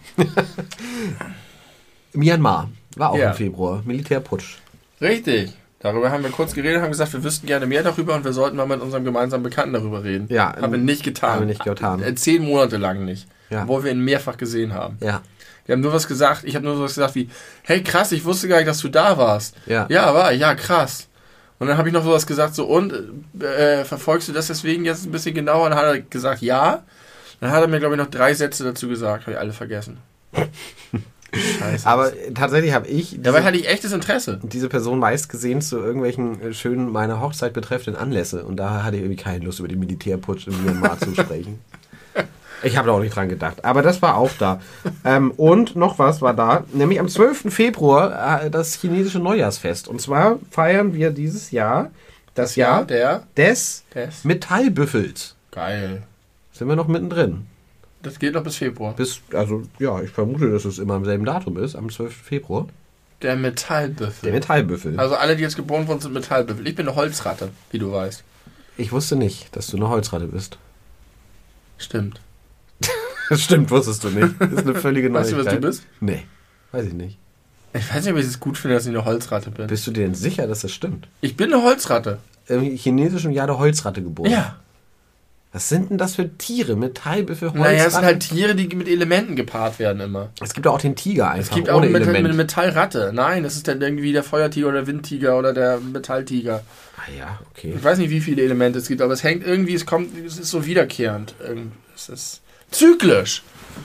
Myanmar war auch ja. im Februar, Militärputsch. Richtig. Darüber haben wir kurz geredet, haben gesagt, wir wüssten gerne mehr darüber und wir sollten mal mit unserem gemeinsamen Bekannten darüber reden. Ja. Haben wir nicht getan. Haben wir nicht getan. Zehn Monate lang nicht. Ja. Obwohl wir ihn mehrfach gesehen haben. Ja. Wir haben nur was gesagt, ich habe nur was gesagt wie, hey krass, ich wusste gar nicht, dass du da warst. Ja. Ja, war ja, krass. Und dann habe ich noch sowas gesagt, so, und, äh, verfolgst du das deswegen jetzt ein bisschen genauer? Und dann hat er gesagt, ja. Dann hat er mir, glaube ich, noch drei Sätze dazu gesagt, habe ich alle vergessen. Scheiße. Aber tatsächlich habe ich Dabei diese, hatte ich echtes Interesse. diese Person meist gesehen zu irgendwelchen äh, schönen meiner Hochzeit betreffenden Anlässe. Und da hatte ich irgendwie keine Lust, über den Militärputsch in Myanmar zu sprechen. Ich habe da auch nicht dran gedacht. Aber das war auch da. Ähm, und noch was war da. Nämlich am zwölften Februar äh, das chinesische Neujahrsfest. Und zwar feiern wir dieses Jahr das Jahr der des, des Metallbüffels. Geil. Sind wir noch mittendrin? Das geht noch bis Februar. Bis, also, ja, ich vermute, dass es immer am selben Datum ist, am zwölften Februar. Der Metallbüffel. Der Metallbüffel. Also alle, die jetzt geboren wurden, sind Metallbüffel. Ich bin eine Holzratte, wie du weißt. Ich wusste nicht, dass du eine Holzratte bist. Stimmt. Das stimmt, wusstest du nicht. Das ist eine völlige Neuigkeit. Weißt du, was du bist? Nee, weiß ich nicht. Ich weiß nicht, ob ich es gut finde, dass ich eine Holzratte bin. Bist du dir denn sicher, dass das stimmt? Ich bin eine Holzratte. Im chinesischen Jahr der Holzratte geboren. Ja. Was sind denn das für Tiere? Metallbüffel, Holzratte? Naja, es sind halt Tiere, die mit Elementen gepaart werden immer. Es gibt auch den Tiger einfach Es gibt auch ohne eine, Metall, Element. eine Metallratte. Nein, das ist dann irgendwie der Feuertiger oder der Windtiger oder der Metalltiger. Ah ja, okay. Ich weiß nicht, wie viele Elemente es gibt, aber es hängt irgendwie, es kommt, es ist so wiederkehrend. Irgend- Es ist zyklisch.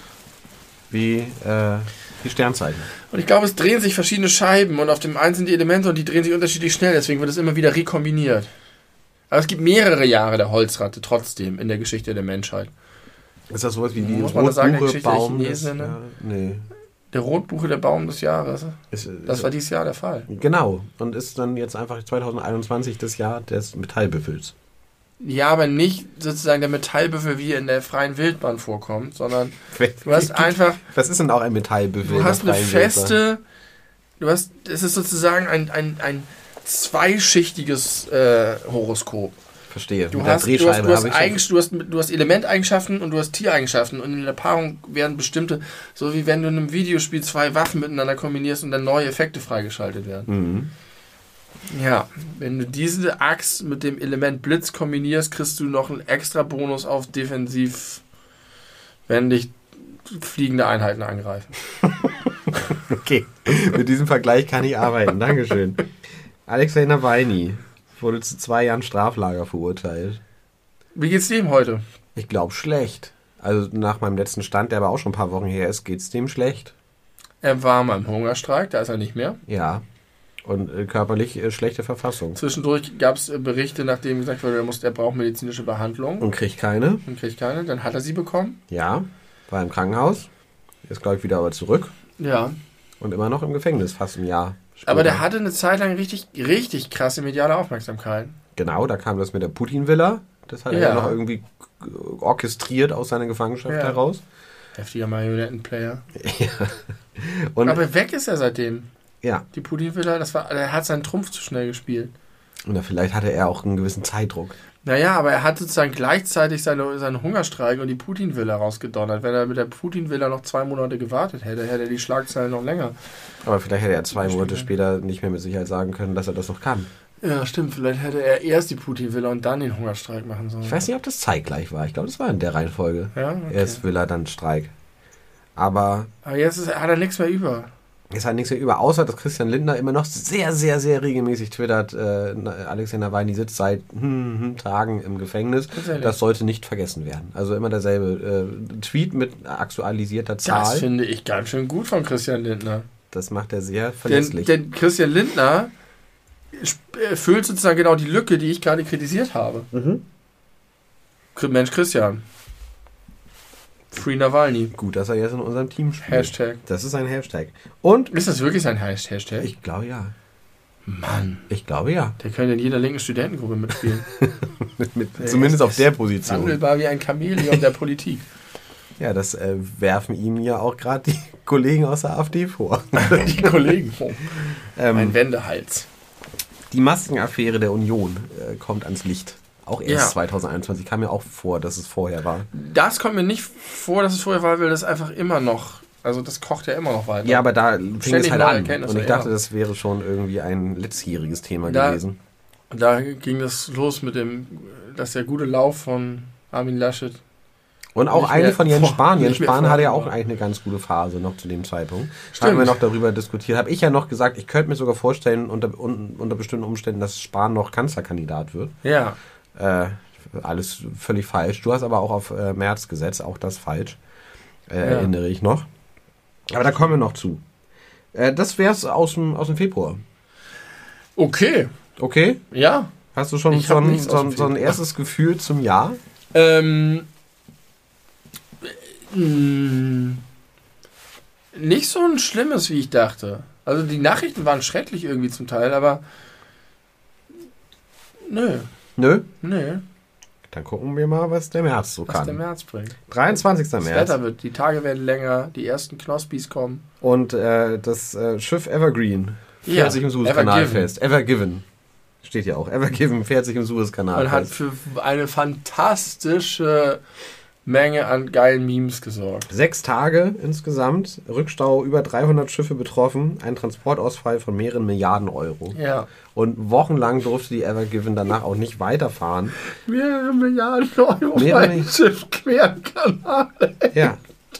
Wie äh, die Sternzeichen. Und ich glaube, es drehen sich verschiedene Scheiben und auf dem einen sind die Elemente und die drehen sich unterschiedlich schnell, deswegen wird es immer wieder rekombiniert. Aber es gibt mehrere Jahre der Holzratte trotzdem in der Geschichte der Menschheit. Ist das sowas wie die Muss man das sagen, der Rotbuche, Geschichte der Baum? des- Chinesen, ne? ja, nee. Der Rotbuche, der Baum des Jahres. Ist, Das ist, war dieses Jahr der Fall. genau. Und ist dann jetzt einfach zwanzig einundzwanzig das Jahr des Metallbüffels. Ja, aber nicht sozusagen der Metallbüffel, wie er in der freien Wildbahn vorkommt, sondern du hast einfach, Was ist denn auch ein Metallbüffel? du in der hast eine freien Wildbahn? feste, du hast, es ist sozusagen ein, ein, ein zweischichtiges äh, Horoskop. Verstehe. Du Mit der hast, du, hast, Drehscheibe du, hast habe ich Eigen, du, hast, du hast Elementeigenschaften und du hast Tiereigenschaften und in der Paarung werden bestimmte, so wie wenn du in einem Videospiel zwei Waffen miteinander kombinierst und dann neue Effekte freigeschaltet werden. Mhm. Ja, wenn du diese Axt mit dem Element Blitz kombinierst, kriegst du noch einen extra Bonus auf defensiv, wenn dich fliegende Einheiten angreifen. Okay, mit diesem Vergleich kann ich arbeiten. Dankeschön. Alexei Nawalny wurde zu zwei Jahren Straflager verurteilt. Wie geht's dem heute? Ich glaube schlecht. Also nach meinem letzten Stand, der aber auch schon ein paar Wochen her ist, geht's dem schlecht. Er war mal im Hungerstreik, da ist er nicht mehr. Ja. Und äh, körperlich äh, schlechte Verfassung. Zwischendurch gab es Berichte, nachdem gesagt wurde, er, muss, er braucht medizinische Behandlung Und kriegt keine. und kriegt keine. Dann hat er sie bekommen. Ja. War im Krankenhaus. Ist, glaube ich, wieder aber zurück. Ja. Und immer noch im Gefängnis, fast ein Jahr später. Aber der hatte eine Zeit lang richtig, richtig krasse mediale Aufmerksamkeit. Genau, da kam das mit der Putin-Villa. Das hat er Ja. ja noch irgendwie orchestriert aus seiner Gefangenschaft Ja. heraus. Heftiger Marionettenplayer. Ja. Und Aber weg ist er seitdem. ja. Die Putin-Villa, das war, er hat seinen Trumpf zu schnell gespielt. Oder vielleicht hatte er auch einen gewissen Zeitdruck. Naja, aber er hat sozusagen gleichzeitig seine, seinen Hungerstreik und die Putin-Villa rausgedonnert. Wenn er mit der Putin-Villa noch zwei Monate gewartet hätte, hätte er die Schlagzeilen noch länger. Aber vielleicht hätte er zwei Monate später nicht mehr mit Sicherheit sagen können, dass er das noch kann. Ja, stimmt. Vielleicht hätte er erst die Putin-Villa und dann den Hungerstreik machen sollen. Ich weiß nicht, ob das zeitgleich war. Ich glaube, das war in der Reihenfolge. Ja, okay. Erst Villa, dann Streik. Aber Aber jetzt ist, hat er nichts mehr über. es hat nichts mehr über, außer dass Christian Lindner immer noch sehr, sehr, sehr regelmäßig twittert, äh, Alexei Nawalny sitzt seit hm, hm, Tagen im Gefängnis. Tatsächlich. Das sollte nicht vergessen werden. Also immer derselbe äh, Tweet mit aktualisierter Das Zahl. finde ich ganz schön gut von Christian Lindner. Das macht er sehr Denn, verlässlich. denn Christian Lindner erfüllt sozusagen genau die Lücke, die ich gerade kritisiert habe. Mhm. Mensch Christian. Free Nawalny. Gut, dass er jetzt in unserem Team spielt. Hashtag. Das ist ein Hashtag. Und Ist das wirklich sein Hashtag? ich glaube ja. Mann. Ich glaube ja. Der könnte in jeder linken Studentengruppe mitspielen. mit, mit, Der zumindest ist auf der Position. Wandelbar wie ein Chamäleon der Politik. Ja, das äh, werfen ihm ja auch gerade die Kollegen aus der AfD vor. Die Kollegen. ähm, Ein Wendehals. die Maskenaffäre der Union äh, kommt ans Licht. Auch erst Ja. zwanzig einundzwanzig. Kam mir auch vor, dass es vorher war. Das kommt mir nicht vor, dass es vorher war, weil das einfach immer noch, also das kocht ja immer noch weiter. Ja, aber da fing Ständig es halt neue an. Erkenntnisse, Und ich dachte, ja. das wäre schon irgendwie ein letztjähriges Thema Da- gewesen. Da ging das los mit dem, dass der gute Lauf von Armin Laschet. Und auch Nicht eigentlich mehr von Jens vor- Spahn. Jens nicht mehr Spahn hatte ja auch vorher. eigentlich eine ganz gute Phase noch zu dem Zeitpunkt. Stimmt. Haben wir noch darüber diskutiert. Habe ich ja noch gesagt, ich könnte mir sogar vorstellen, unter, un, unter bestimmten Umständen, dass Spahn noch Kanzlerkandidat wird. Ja. Äh, alles völlig falsch. Du hast aber auch auf äh, Merz gesetzt, auch das falsch. Äh, Ja. Erinnere ich noch. Aber da kommen wir noch zu. Äh, das wär's aus dem, aus dem Februar. Okay. Okay? Ja. Hast du schon Ich so hab ein, nichts so, aus ein, dem so ein Februar. erstes Gefühl zum Jahr? Ähm, mh, nicht so ein schlimmes, wie ich dachte. Also die Nachrichten waren schrecklich irgendwie zum Teil, aber nö, Nö? nö, Dann gucken wir mal, was der März so was kann. der März bringt. dreiundzwanzigster Das März. Wetter wird, die Tage werden länger, die ersten Knospis kommen. Und äh, das äh, Schiff Evergreen fährt Ja, sich im Suezkanal Evergiven. fest. Evergiven. Steht ja auch. Evergiven fährt sich im Suezkanal Und hat fest. für eine fantastische Menge an geilen Memes gesorgt. Sechs Tage insgesamt. Rückstau, über dreihundert Schiffe betroffen. Ein Transportausfall von mehreren Milliarden Euro. Ja. Und wochenlang durfte die Evergiven danach auch nicht weiterfahren. Mehrere Milliarden Euro für Mehrere- ein Schiff quer im Kanal. Ja,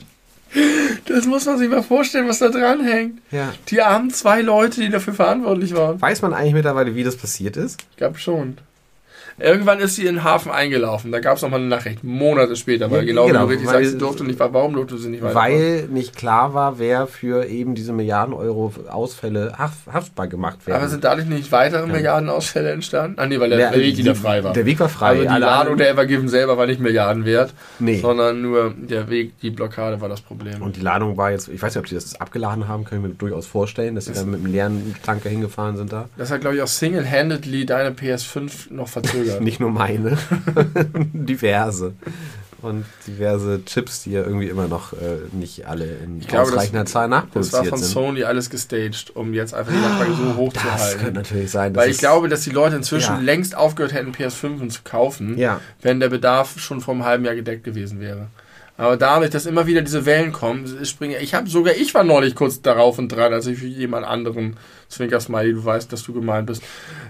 Das muss man sich mal vorstellen, was da dran hängt. ja. Die armen zwei Leute, die dafür verantwortlich waren. Weiß man eigentlich mittlerweile, wie das passiert ist? Ich glaube schon. Irgendwann ist sie in den Hafen eingelaufen. Da gab es nochmal eine Nachricht. Monate später. Weil Ja, genau, genau, wie du richtig weil- sagst, sie durfte nicht. Warum durfte sie nicht weiter? Weil nicht klar war, wer für eben diese Milliarden Euro Ausfälle haft, haftbar gemacht werden. Aber sind dadurch nicht weitere Milliardenausfälle entstanden? Ah nee, weil der, Der- der Weg wieder die- frei war. der Weg war frei. Also die Alle Ladung anderen- der Evergiven selber war nicht Milliarden wert. Nee. Sondern nur der Weg, die Blockade war das Problem. Und die Ladung war jetzt, ich weiß nicht, ob die das abgeladen haben, können wir mir durchaus vorstellen, dass sie dann mit einem leeren Tanker hingefahren sind da. das hat, glaube ich, auch single-handedly deine P S fünf noch verzögert. Nicht nur meine, diverse. Und diverse Chips, die ja irgendwie immer noch äh, nicht alle in Ich glaube, ausreichender das- Zahl Das war nachproduziert von sind. Sony alles gestaged, um jetzt einfach die Nachfrage so hoch zu Das halten. könnte natürlich sein. Weil dass ich glaube, dass die Leute inzwischen Ja. längst aufgehört hätten, P S fünf zu kaufen, Ja. wenn der Bedarf schon vor einem halben Jahr gedeckt gewesen wäre. Aber dadurch, dass immer wieder diese Wellen kommen, springe ich habe sogar ich war neulich kurz darauf und dran, als ich für jemand anderen, Zwinker Smiley, du weißt, dass du gemeint bist,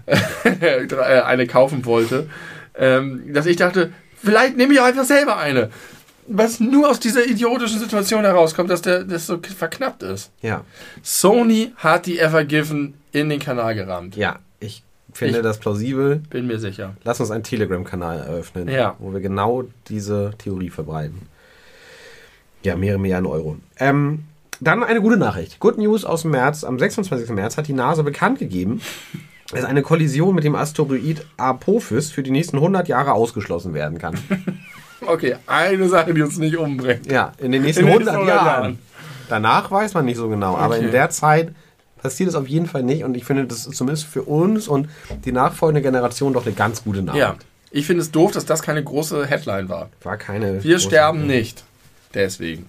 eine kaufen wollte, ähm, dass ich dachte, vielleicht nehme ich auch einfach selber eine. Was nur aus dieser idiotischen Situation herauskommt, dass der das so verknappt ist. Ja. Sony hat die Evergiven in den Kanal gerammt. Ja, ich finde Ich- das plausibel. Bin mir sicher. Lass uns einen Telegram-Kanal eröffnen, Ja. wo wir genau diese Theorie verbreiten. Ja, mehrere Milliarden Euro. Ähm, dann eine gute Nachricht. Good News aus dem März. Am sechsundzwanzigsten März hat die NASA bekannt gegeben, dass eine Kollision mit dem Asteroid Apophis für die nächsten hundert Jahre ausgeschlossen werden kann. Okay, eine Sache, die uns nicht umbringt. Ja, in den nächsten In den hundert nächsten Jahren. hundert Jahren. Danach weiß man nicht so genau, aber Okay. in der Zeit passiert es auf jeden Fall nicht und ich finde, das ist zumindest für uns und die nachfolgende Generation doch eine ganz gute Nachricht. Ja, ich finde es doof, dass das keine große Headline war. War keine. Wir große- sterben nicht. Deswegen.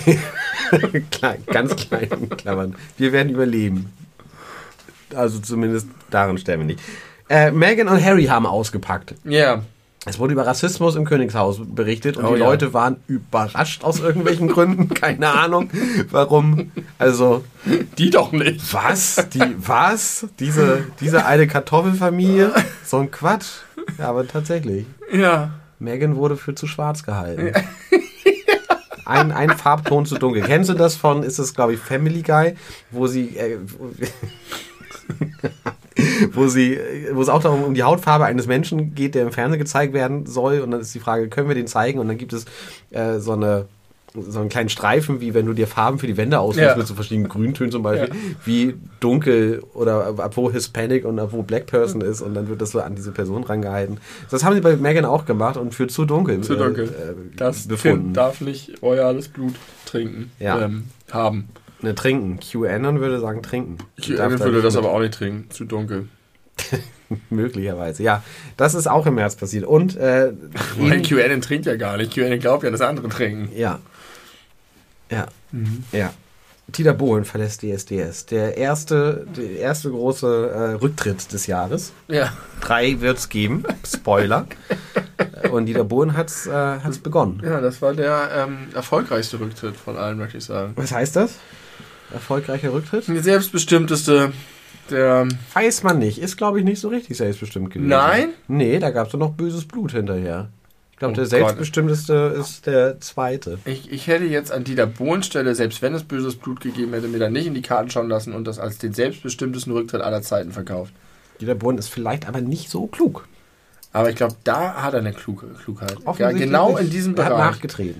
Klein, ganz klein in Klammern. Wir werden überleben. Also zumindest daran sterben wir nicht. Äh, Meghan und Harry haben ausgepackt. Ja, Es wurde über Rassismus im Königshaus berichtet und Oh die ja. Leute waren überrascht aus irgendwelchen Gründen. Keine Ahnung, warum. Also, die doch nicht. was? Die, was? Diese, diese eine Kartoffelfamilie? So ein Quatsch. Ja, aber tatsächlich. Ja. Meghan wurde für zu schwarz gehalten. Ein, ein Farbton zu dunkel. Kennst du das von, ist es glaube ich Family Guy, wo sie, äh, wo sie, wo es auch darum um die Hautfarbe eines Menschen geht, der im Fernsehen gezeigt werden soll und dann ist die Frage, können wir den zeigen? Und dann gibt es äh, so eine so einen kleinen Streifen, wie wenn du dir Farben für die Wände auswählst, Ja. mit so verschiedenen Grüntönen zum Beispiel, Ja. wie dunkel oder ab wo Hispanic und ab wo Black Person ist und dann wird das so an diese Person rangehalten. Das haben sie bei Meghan auch gemacht und für zu dunkel, Zu dunkel. äh, Das befunden. Kind darf nicht royales Blut trinken. Ja. Ähm, haben. Ne, trinken. QAnon würde sagen trinken. Ich Darf da würde nicht das mit. aber auch nicht trinken. Zu dunkel. Möglicherweise, ja. Das ist auch im März passiert. Und, äh, Weil eben- QAnon trinkt ja gar nicht. QAnon glaubt ja, dass andere trinken. ja. Ja. Mhm. Ja. Dieter Bohlen verlässt D S D S. Der erste, der erste große äh, Rücktritt des Jahres. Ja. Drei wird es geben. Spoiler. Und Dieter Bohlen hat es äh, hat's begonnen. Ja, das war der ähm, erfolgreichste Rücktritt von allen, möchte ich sagen. Was heißt das? Erfolgreicher Rücktritt? Der selbstbestimmteste, der... Weiß man nicht. Ist, glaube ich, nicht so richtig selbstbestimmt gewesen. Nein? Nee, da gab es doch noch böses Blut hinterher. Ich glaube, Oh der Gott. selbstbestimmteste ist der zweite. Ich, ich hätte jetzt an Dieter Bohlen Stelle, selbst wenn es böses Blut gegeben hätte, mir dann nicht in die Karten schauen lassen und das als den selbstbestimmtesten Rücktritt aller Zeiten verkauft. Dieter Bohlen ist vielleicht aber nicht so klug. Aber ich glaube, da hat er eine kluge Klugheit. Ja, Offensichtlich genau nicht. in diesem Er hat Bereich. nachgetreten.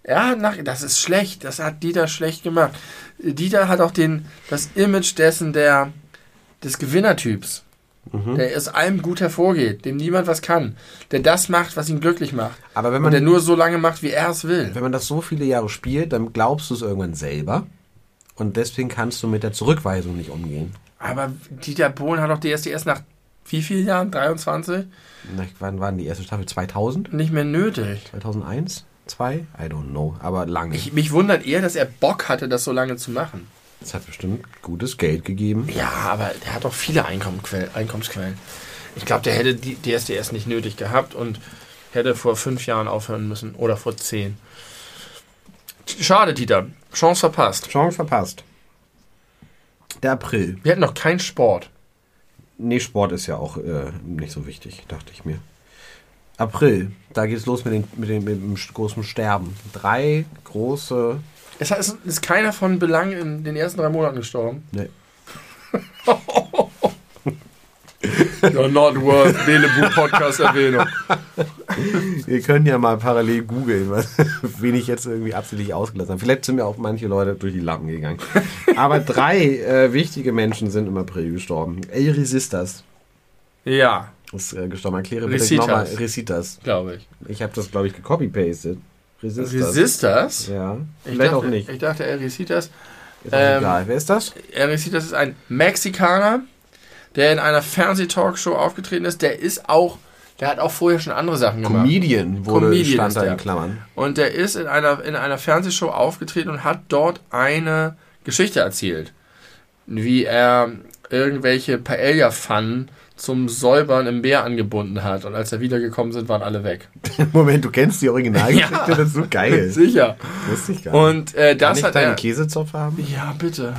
Er hat nach, das ist schlecht, das hat Dieter schlecht gemacht. Dieter hat auch den, das Image dessen, der, des Gewinnertyps, mhm. der aus allem gut hervorgeht, dem niemand was kann, der das macht, was ihn glücklich macht. Aber wenn man, und der nur so lange macht, wie er es will. Wenn man das so viele Jahre spielt, dann glaubst du es irgendwann selber und deswegen kannst du mit der Zurückweisung nicht umgehen. Aber Dieter Bohlen hat doch die erste erst nach wie vielen Jahren? dreiundzwanzig? Na, wann war denn die erste Staffel? zweitausend? Nicht mehr nötig. zweitausendeins? zwei? I don't know, aber lange. Ich, mich wundert eher, dass er Bock hatte, das so lange zu machen. Das hat bestimmt gutes Geld gegeben. Ja, aber der hat auch viele Einkommensquellen. Einkommensquellen. Ich glaube, der hätte die D S D S nicht nötig gehabt und hätte vor fünf Jahren aufhören müssen. Oder vor zehn. Schade, Dieter. Chance verpasst. Chance verpasst. Der April. Wir hatten noch keinen Sport. Nee, Sport ist ja auch äh, nicht so wichtig, dachte ich mir. April, da geht's los mit, den, mit, den, mit dem großen Sterben. Drei große... Es ist, ist keiner von Belang in den ersten drei Monaten gestorben? Nee. You're not worth Belebu-Podcast-Erwähnung. Wir können ja mal parallel googeln, wen ich jetzt irgendwie absichtlich ausgelassen habe. Vielleicht sind mir auch manche Leute durch die Lappen gegangen. Aber drei äh, wichtige Menschen sind im April gestorben. El Resistas Ja. ist äh, gestorben. Erkläre Recitas. bitte nochmal. Recitas. Glaube ich. Ich habe das, glaube ich, gecopy-pastet. Resistas. Resistas? Ja. Ich Vielleicht dachte, auch nicht. Ich dachte, El Recitas. Ist auch ähm, egal. Wer ist das? El Recitas ist ein Mexikaner, der in einer Fernsehtalkshow aufgetreten ist. Der ist auch, der hat auch vorher schon andere Sachen gemacht. Comedian wurde Comedian stand ist da der. in Klammern. Und der ist in einer, in einer Fernsehshow aufgetreten und hat dort eine Geschichte erzählt. Wie er irgendwelche Paella-Pfannen zum Säubern im Meer angebunden hat. Und als er wiedergekommen sind, waren alle weg. Moment, du kennst die Originalgeschichte? Ja. Das ist so geil. Sicher. Wusste ich gar nicht. Und äh, das Kann ich hat deinen er... Käsezopf haben? Ja, bitte.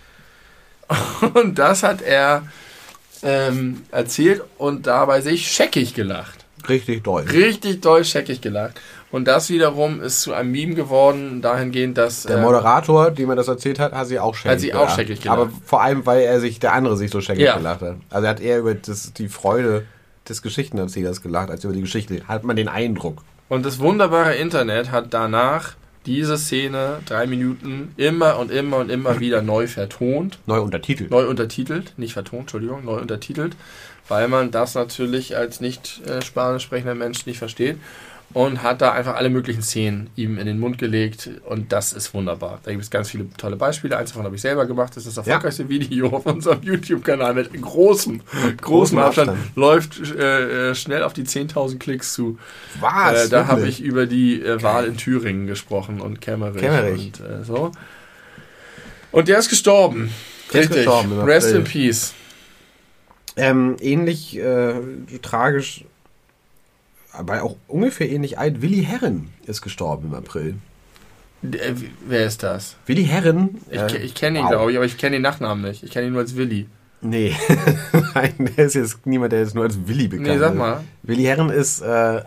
Und das hat er ähm, erzählt und dabei sich scheckig gelacht. Richtig doll. Richtig doll scheckig gelacht. Und das wiederum ist zu einem Meme geworden, dahingehend, dass... Der ähm, Moderator, dem er das erzählt hat, hat sich auch scheckig Hat sich auch scheckig gelacht. Aber vor allem, weil er sich, der andere sich so scheckig Ja. gelacht hat. Also er hat eher über das, die Freude des Geschichtenerzählers gelacht, als über die Geschichte. Hat man den Eindruck. Und das wunderbare Internet hat danach diese Szene, drei Minuten, immer und immer und immer wieder neu vertont. Neu untertitelt. Neu untertitelt, nicht vertont, Entschuldigung, neu untertitelt, weil man das natürlich als nicht äh, spanisch sprechender Mensch nicht versteht. Und hat da einfach alle möglichen Szenen ihm in den Mund gelegt und das ist wunderbar. Da gibt es ganz viele tolle Beispiele. Eins davon habe ich selber gemacht. Das ist das erfolgreichste ja. Video auf unserem YouTube-Kanal mit großem, großem Abstand. Abstand. Läuft äh, schnell auf die zehntausend Klicks zu. Was? Äh, da habe ich über die äh, Wahl in Thüringen gesprochen und Kemmerich. Kemmerich. Und, äh, so. und der ist gestorben. Der Richtig. Ist gestorben. Rest in Peace. Ähm, ähnlich äh, tragisch... aber auch ungefähr ähnlich alt. Willi Herren ist gestorben im April. Der, wer ist das? Willi Herren. Ich, äh, ich kenne ihn, wow. glaube ich, aber ich kenne den Nachnamen nicht. Ich kenne ihn nur als Willi. Nee, nein, der ist jetzt niemand, der jetzt nur als Willi bekannt ist. Nee, sag mal. Willi Herren ist äh,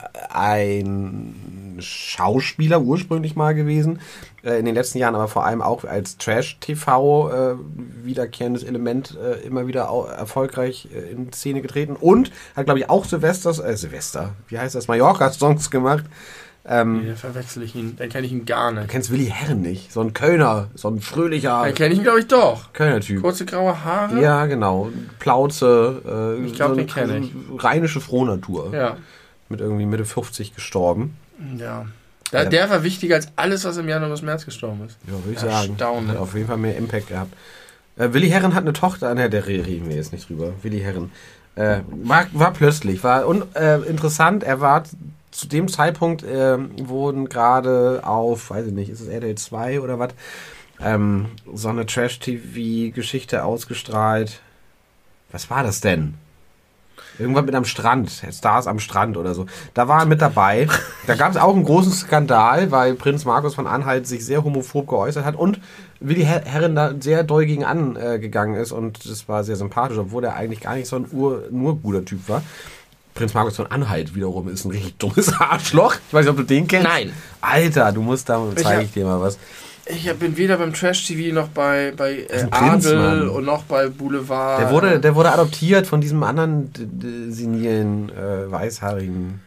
ein Schauspieler ursprünglich mal gewesen. Äh, in den letzten Jahren aber vor allem auch als Trash-T V äh, wiederkehrendes Element äh, immer wieder au- erfolgreich äh, in Szene getreten. Und hat, glaube ich, auch Silvesters, äh, Silvester, wie heißt das, Mallorca-Songs gemacht. Ähm, Nee, da verwechsel ich ihn. Dann kenne ich ihn gar du nicht. kennst Willi Herren nicht. So ein Kölner, so ein fröhlicher Dann kenne ich ihn, glaube ich, doch. Kölner-Typ. Kurze graue Haare. Ja, genau. Plauze. Äh, Ich glaub, so den kenn ich. Rheinische Frohnatur. Ja. Mit irgendwie Mitte fünfzig gestorben. ja. Da, der war wichtiger als alles, was im Januar bis März gestorben ist. Ja, würde ich sagen. Erstaunlich. Hat auf jeden Fall mehr Impact gehabt. Äh, Willi Herren hat eine Tochter, ne, der reden wir jetzt nicht drüber. Willi Herren. Äh, war, war plötzlich, war un, äh, interessant, er war zu dem Zeitpunkt, äh, wurden gerade auf, weiß ich nicht, ist es R T L zwei oder was, ähm, so eine Trash-T V-Geschichte ausgestrahlt. Was war das denn? Irgendwas mit am Strand, Stars am Strand oder so. Da war er mit dabei. Da gab es auch einen großen Skandal, weil Prinz Markus von Anhalt sich sehr homophob geäußert hat und Willi Herren da sehr doll gegen angegangen ist und das war sehr sympathisch, obwohl er eigentlich gar nicht so ein Ur, nur guter Typ war. Prinz Markus von Anhalt wiederum ist ein richtig dummes Arschloch. Ich weiß nicht, ob du den kennst. Nein. Alter, du musst da, zeige ich dir mal was. Ich bin weder beim Trash-T V noch bei, bei äh, Prinz, Adel Mann. und noch bei Boulevard. Der wurde, der wurde adoptiert von diesem anderen d- d- senilen, äh, weißhaarigen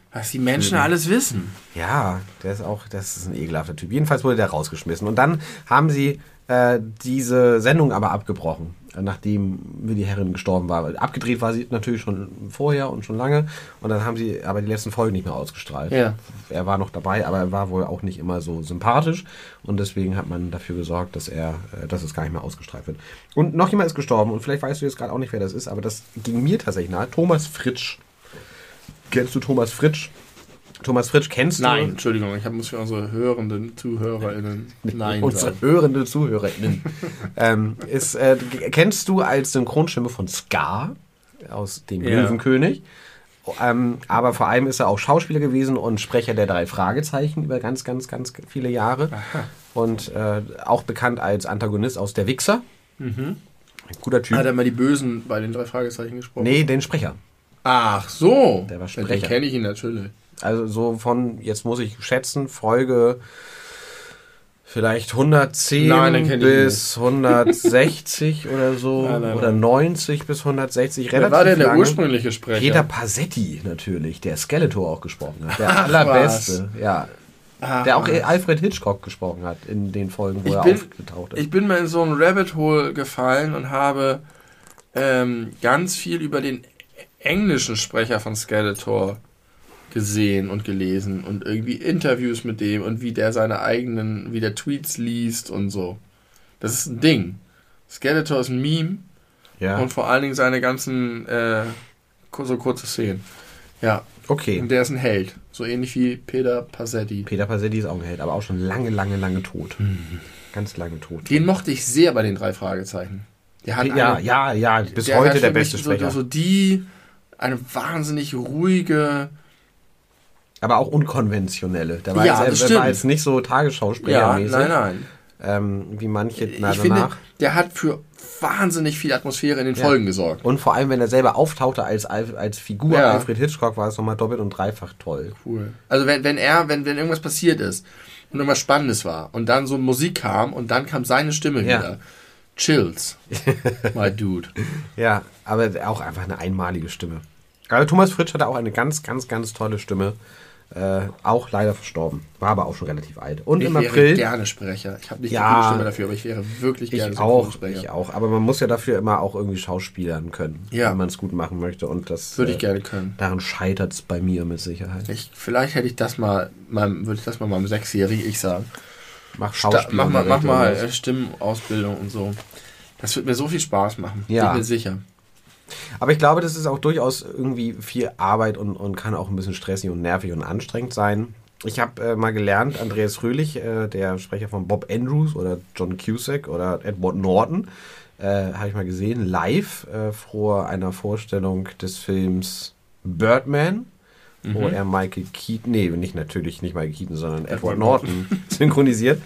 Was die Menschen alles wissen. Ja, der ist auch, das ist ein ekelhafter Typ. Jedenfalls wurde der rausgeschmissen. Und dann haben sie äh, diese Sendung aber abgebrochen, nachdem Willi Herren gestorben war. Abgedreht war sie natürlich schon vorher und schon lange. Und dann haben sie aber die letzten Folgen nicht mehr ausgestrahlt. Ja. Er war noch dabei, aber er war wohl auch nicht immer so sympathisch. Und deswegen hat man dafür gesorgt, dass er, äh, dass es gar nicht mehr ausgestrahlt wird. Und noch jemand ist gestorben. Und vielleicht weißt du jetzt gerade auch nicht, wer das ist, aber das ging mir tatsächlich nahe. Thomas Fritsch. Kennst du Thomas Fritsch? Thomas Fritsch kennst du? Nein, Entschuldigung, ich muss für unsere hörenden ZuhörerInnen Nein unsere sagen. hörende ZuhörerInnen. ähm, ist, äh, kennst du als Synchronstimme von Scar aus dem Ja. Löwenkönig. Ähm, aber vor allem ist er auch Schauspieler gewesen und Sprecher der drei Fragezeichen über ganz, ganz, ganz viele Jahre. Aha. Und äh, auch bekannt als Antagonist aus Der Wichser. Mhm. Ein guter Typ. Hat er mal die Bösen bei den drei Fragezeichen gesprochen? Nee, den Sprecher. Ach so. Der war Den Sprecher. kenne ich ihn natürlich. Also so von, jetzt muss ich schätzen, Folge vielleicht hundertzehn Nein, den kenn ich bis hundertsechzig oder so. Nein, nein, oder nein. neunzig bis hundertsechzig. Wer Relativ war denn der lange. ursprüngliche Sprecher? Peter Passetti natürlich, der Skeletor auch gesprochen hat. Der Ach, allerbeste. Ja. Ah, Der auch Alfred Hitchcock gesprochen hat in den Folgen, wo Ich er bin- aufgetaucht ist. Ich bin mal in so ein Rabbit Hole gefallen und habe ähm, ganz viel über den englischen Sprecher von Skeletor gesehen und gelesen und irgendwie Interviews mit dem und wie der seine eigenen, wie der Tweets liest und so. Das ist ein Ding. Skeletor ist ein Meme Ja, und vor allen Dingen seine ganzen äh, so kurze Szenen. Ja, okay. und der ist ein Held. So ähnlich wie Peter Passetti. Peter Passetti ist auch ein Held, aber auch schon lange, lange, lange tot. Ganz lange tot. Den mochte ich sehr bei den drei Fragezeichen. Der hat ja, eine, ja, ja, bis der heute hat der für mich beste so, Sprecher. So die, eine wahnsinnig ruhige, Aber auch unkonventionelle. Der war, Ja, jetzt, das er stimmt. war jetzt nicht so ja, Tagesschausprechermäßig, nein, nein. ähm, wie manche na, Ich finde, danach. der hat für wahnsinnig viel Atmosphäre in den Ja. Folgen gesorgt. Und vor allem, wenn er selber auftauchte als, Alf- als Figur Ja. Alfred Hitchcock, war es nochmal doppelt und dreifach toll. Cool. Also wenn, wenn er, wenn, wenn irgendwas passiert ist und irgendwas Spannendes war und dann so Musik kam und dann kam seine Stimme Ja. wieder. Chills, my dude. Ja, aber auch einfach eine einmalige Stimme. Aber Thomas Fritsch hatte auch eine ganz, ganz, ganz tolle Stimme. Äh, auch leider verstorben. War aber auch schon relativ alt. Und Ich im wäre April. gerne Sprecher. Ich habe nicht Ja. die gute Stimme dafür, aber ich wäre wirklich gerne Ich auch, Synchronsprecher. ich auch. Aber man muss ja dafür immer auch irgendwie schauspielern können, Ja. wenn man es gut machen möchte. Und das Würde ich äh, gerne können. daran scheitert es bei mir mit Sicherheit. Ich, vielleicht hätte ich das mal, meinem, würde ich das mal meinem sechsjährigen Ich sagen. Mach Sta- Schauspiel. mach mal, mach mal äh, Stimmenausbildung und so. Das wird mir so viel Spaß machen. Ja. Bin mir sicher. Aber ich glaube, das ist auch durchaus irgendwie viel Arbeit und, und kann auch ein bisschen stressig und nervig und anstrengend sein. Ich habe äh, mal gelernt, Andreas Fröhlich, äh, der Sprecher von Bob Andrews oder John Cusack oder Edward Norton, äh, habe ich mal gesehen, live äh, vor einer Vorstellung des Films Birdman, wo Mhm. er Michael Keaton, nee, nicht natürlich nicht Michael Keaton, sondern Edward Norton synchronisiert.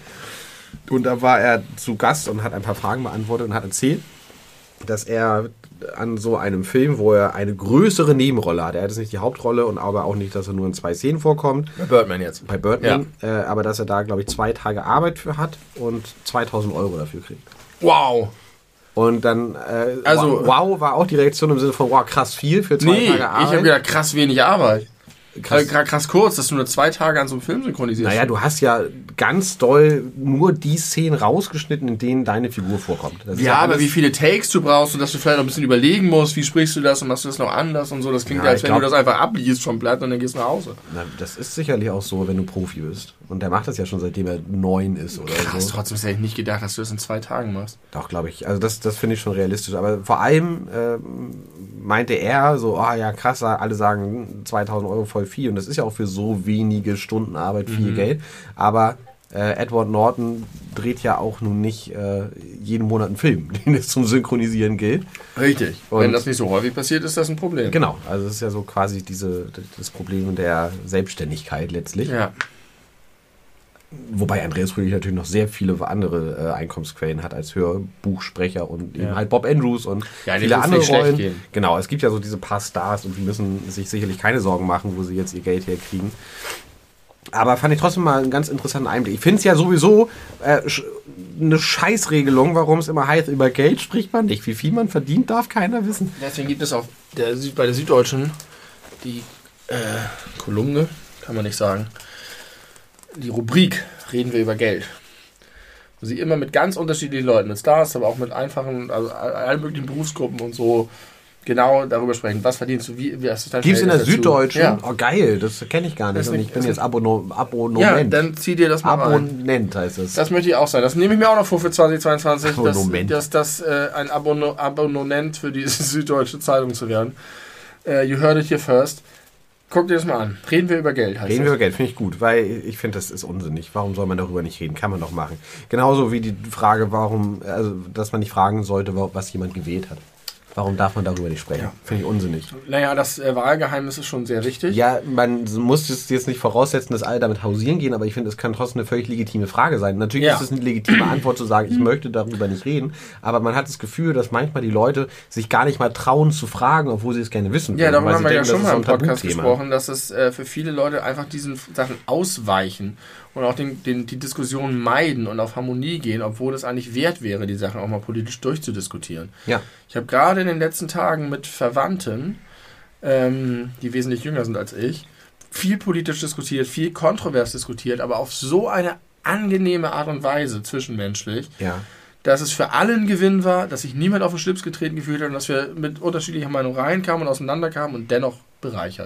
Und da war er zu Gast und hat ein paar Fragen beantwortet und hat erzählt, dass er an so einem Film, wo er eine größere Nebenrolle hat, er hat jetzt nicht die Hauptrolle und aber auch nicht, dass er nur in zwei Szenen vorkommt, Bei Birdman jetzt. bei Birdman, äh, aber dass er da, glaube ich, zwei Tage Arbeit für hat und zweitausend Euro dafür kriegt. Wow. Und dann, äh, Also- wow, war auch die Reaktion im Sinne von, wow, krass viel für zwei Nee, Tage ich Arbeit. habe gedacht, krass wenig Arbeit. Krass. Krass. krass kurz, dass du nur zwei Tage an so einem Film synchronisierst. Naja, du hast ja ganz doll nur die Szenen rausgeschnitten, in denen deine Figur vorkommt. Das ist Ja, aber alles- wie viele Takes du brauchst und dass du vielleicht noch ein bisschen überlegen musst, wie sprichst du das und machst du das noch anders und so. Das klingt Ja, ja, als ich wenn glaub- du das einfach abliest vom Blatt und dann gehst du nach Hause. Na, das ist sicherlich auch so, wenn du Profi bist. Und der macht das ja schon seitdem er neun ist oder Krass, so. trotzdem hätte ich nicht gedacht, dass du das in zwei Tagen machst. Doch, glaube ich. Also das, das finde ich schon realistisch. Aber vor allem äh, meinte er so, ah ja, krass, alle sagen zweitausend Euro voll viel. Und das ist ja auch für so wenige Stunden Arbeit viel Mhm. Geld. Aber äh, Edward Norton dreht ja auch nun nicht äh, jeden Monat einen Film, den es zum Synchronisieren gilt. Richtig. Und- Wenn das nicht so häufig passiert, ist das ein Problem. Genau, also es ist ja so quasi diese, das Problem der Selbstständigkeit letztlich. Ja. Wobei Andreas Fröhlich natürlich noch sehr viele andere äh, Einkommensquellen hat als Hörbuchsprecher und eben Ja. halt Bob Andrews und Ja, denen viele wird's andere nicht schlecht Rollen. gehen. Genau, es gibt ja so diese paar Stars und die müssen sich sicherlich keine Sorgen machen, wo sie jetzt ihr Geld herkriegen. Aber fand ich trotzdem mal einen ganz interessanten Einblick. Ich finde es ja sowieso äh, sch- eine Scheißregelung, warum es immer heißt, über Geld spricht man nicht. Wie viel man verdient, darf keiner wissen. Deswegen gibt es auf der, Süd- bei der Süddeutschen die äh, Kolumne, kann man nicht sagen. Die Rubrik Reden wir über Geld. Wo sie immer mit ganz unterschiedlichen Leuten, mit Stars, aber auch mit einfachen, also allen möglichen Berufsgruppen und so, genau darüber sprechen. Was verdienst du? Wie, wie hast du dein Gibt's in der Verhältnis dazu? Süddeutschen? Ja. Oh geil, das kenne ich gar nicht. Das Und ist ich bin eine- jetzt Abono Abonnement. Ja, dann zieh dir das mal rein. Abonnent heißt es. Das möchte ich auch sein. Das nehme ich mir auch noch vor für zwanzig zweiundzwanzig, dass, Abonnement. dass das äh, ein Abonno Abonnent für die Süddeutsche Zeitung zu werden. Äh, you heard it here first. Guck dir das mal an. Reden wir über Geld, heißt Reden wir das. über Geld, finde ich gut, weil ich finde, das ist unsinnig. Warum soll man darüber nicht reden? Kann man doch machen. Genauso wie die Frage, warum, also, dass man nicht fragen sollte, was jemand gewählt hat. Warum darf man darüber nicht sprechen? Ja. Finde ich unsinnig. Naja, das äh, Wahlgeheimnis ist schon sehr wichtig. Ja, man muss es jetzt nicht voraussetzen, dass alle damit hausieren gehen, aber ich finde, es kann trotzdem eine völlig legitime Frage sein. Natürlich Ja. ist es eine legitime Antwort zu sagen, ich möchte darüber nicht reden, aber man hat das Gefühl, dass manchmal die Leute sich gar nicht mal trauen zu fragen, obwohl sie es gerne wissen Ja, würden, darüber weil haben sie wir ja denken, schon das mal ist im so ein Podcast Tabuthema. gesprochen, dass es äh, für viele Leute einfach diesen Sachen ausweichen und auch den, den, die Diskussion meiden und auf Harmonie gehen, obwohl es eigentlich wert wäre, die Sachen auch mal politisch durchzudiskutieren. Ja. Ich habe gerade in den letzten Tagen mit Verwandten, ähm, die wesentlich jünger sind als ich, viel politisch diskutiert, viel kontrovers diskutiert, aber auf so eine angenehme Art und Weise zwischenmenschlich, Ja. dass es für alle ein Gewinn war, dass sich niemand auf den Schlips getreten gefühlt hat und dass wir mit unterschiedlicher Meinung reinkamen und auseinanderkamen und dennoch bereichert.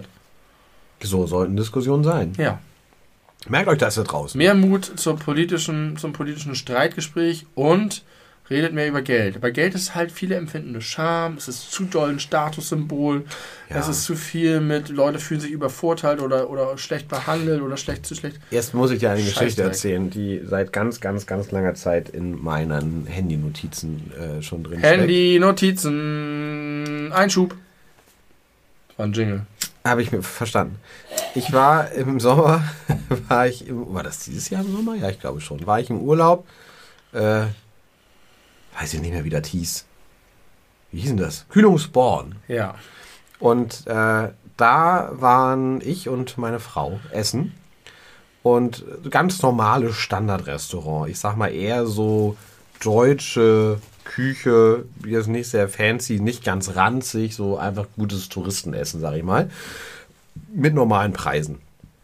So sollten Diskussionen sein. Ja. Merkt euch das da draußen. Mehr Mut zur politischen, zum politischen Streitgespräch und redet mehr über Geld. Bei Geld ist halt viele empfindende Scham, es ist zu doll ein Statussymbol, Ja. es ist zu viel mit, Leute fühlen sich übervorteilt oder, oder schlecht behandelt oder schlecht zu schlecht. Erst muss ich dir eine Geschichte Scheißdreck. erzählen, die seit ganz, ganz, ganz langer Zeit in meinen Handy-Notizen äh, schon drin steckt. Handy, Notizen, Einschub. War ein Jingle. Habe ich mir verstanden. Ich war im Sommer, war ich im, war das dieses Jahr im Sommer? Ja, ich glaube schon. War ich im Urlaub, äh, weiß ich nicht mehr, wie das hieß. Wie hieß denn das? Kühlungsborn. Ja. Und äh, da waren ich und meine Frau essen. Und ganz normales Standardrestaurant. Ich sag mal eher so deutsche Küche, jetzt nicht sehr fancy, nicht ganz ranzig, so einfach gutes Touristenessen, sag ich mal. Mit normalen Preisen.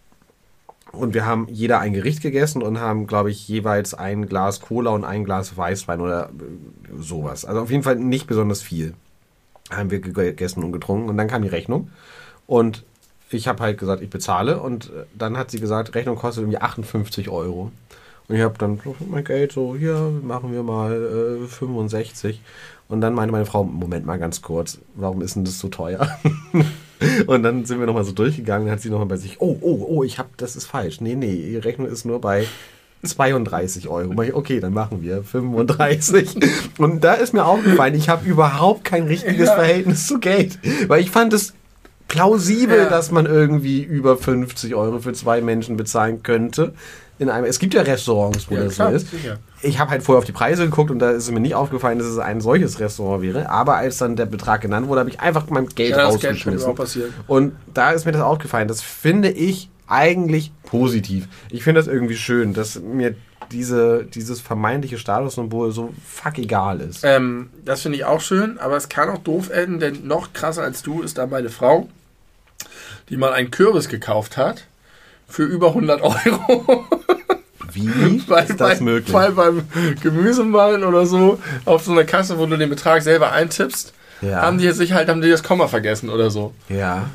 Und wir haben jeder ein Gericht gegessen und haben, glaube ich, jeweils ein Glas Cola und ein Glas Weißwein oder äh, sowas. Also auf jeden Fall nicht besonders viel. Haben wir gegessen und getrunken und dann kam die Rechnung. Und ich habe halt gesagt, ich bezahle. Und dann hat sie gesagt, Rechnung kostet irgendwie achtundfünfzig Euro. Und ich habe dann so mein Geld so, hier machen wir mal äh, fünfundsechzig. Und dann meinte meine Frau, Moment mal ganz kurz, warum ist denn das so teuer? Und dann sind wir nochmal so durchgegangen, dann hat sie nochmal bei sich, oh, oh, oh, ich hab, das ist falsch. Nee, nee, die Rechnung ist nur bei zweiunddreißig Euro. Okay, dann machen wir fünfunddreißig. Und da ist mir aufgefallen, ich habe überhaupt kein richtiges Ja. Verhältnis zu Geld. Weil ich fand es plausibel, Ja. dass man irgendwie über fünfzig Euro für zwei Menschen bezahlen könnte. In einem, es gibt ja Restaurants, wo Ja, das klar, so ist. sicher. Ich habe halt vorher auf die Preise geguckt und da ist es mir nicht aufgefallen, dass es ein solches Restaurant wäre. Aber als dann der Betrag genannt wurde, habe ich einfach mein Geld Ja, das Geld könnte rausgeschmissen. auch passieren. Und da ist mir das aufgefallen. Das finde ich eigentlich positiv. Ich finde das irgendwie schön, dass mir diese, dieses vermeintliche Statussymbol so fuck egal ist. Ähm, das finde ich auch schön, aber es kann auch doof enden, denn noch krasser als du ist da meine Frau, die mal einen Kürbis gekauft hat für über hundert Euro. Wie Weil, ist das bei, möglich? Weil beim Gemüsemann oder so auf so einer Kasse, wo du den Betrag selber eintippst, Ja. haben die sich halt haben die das Komma vergessen oder so. Ja.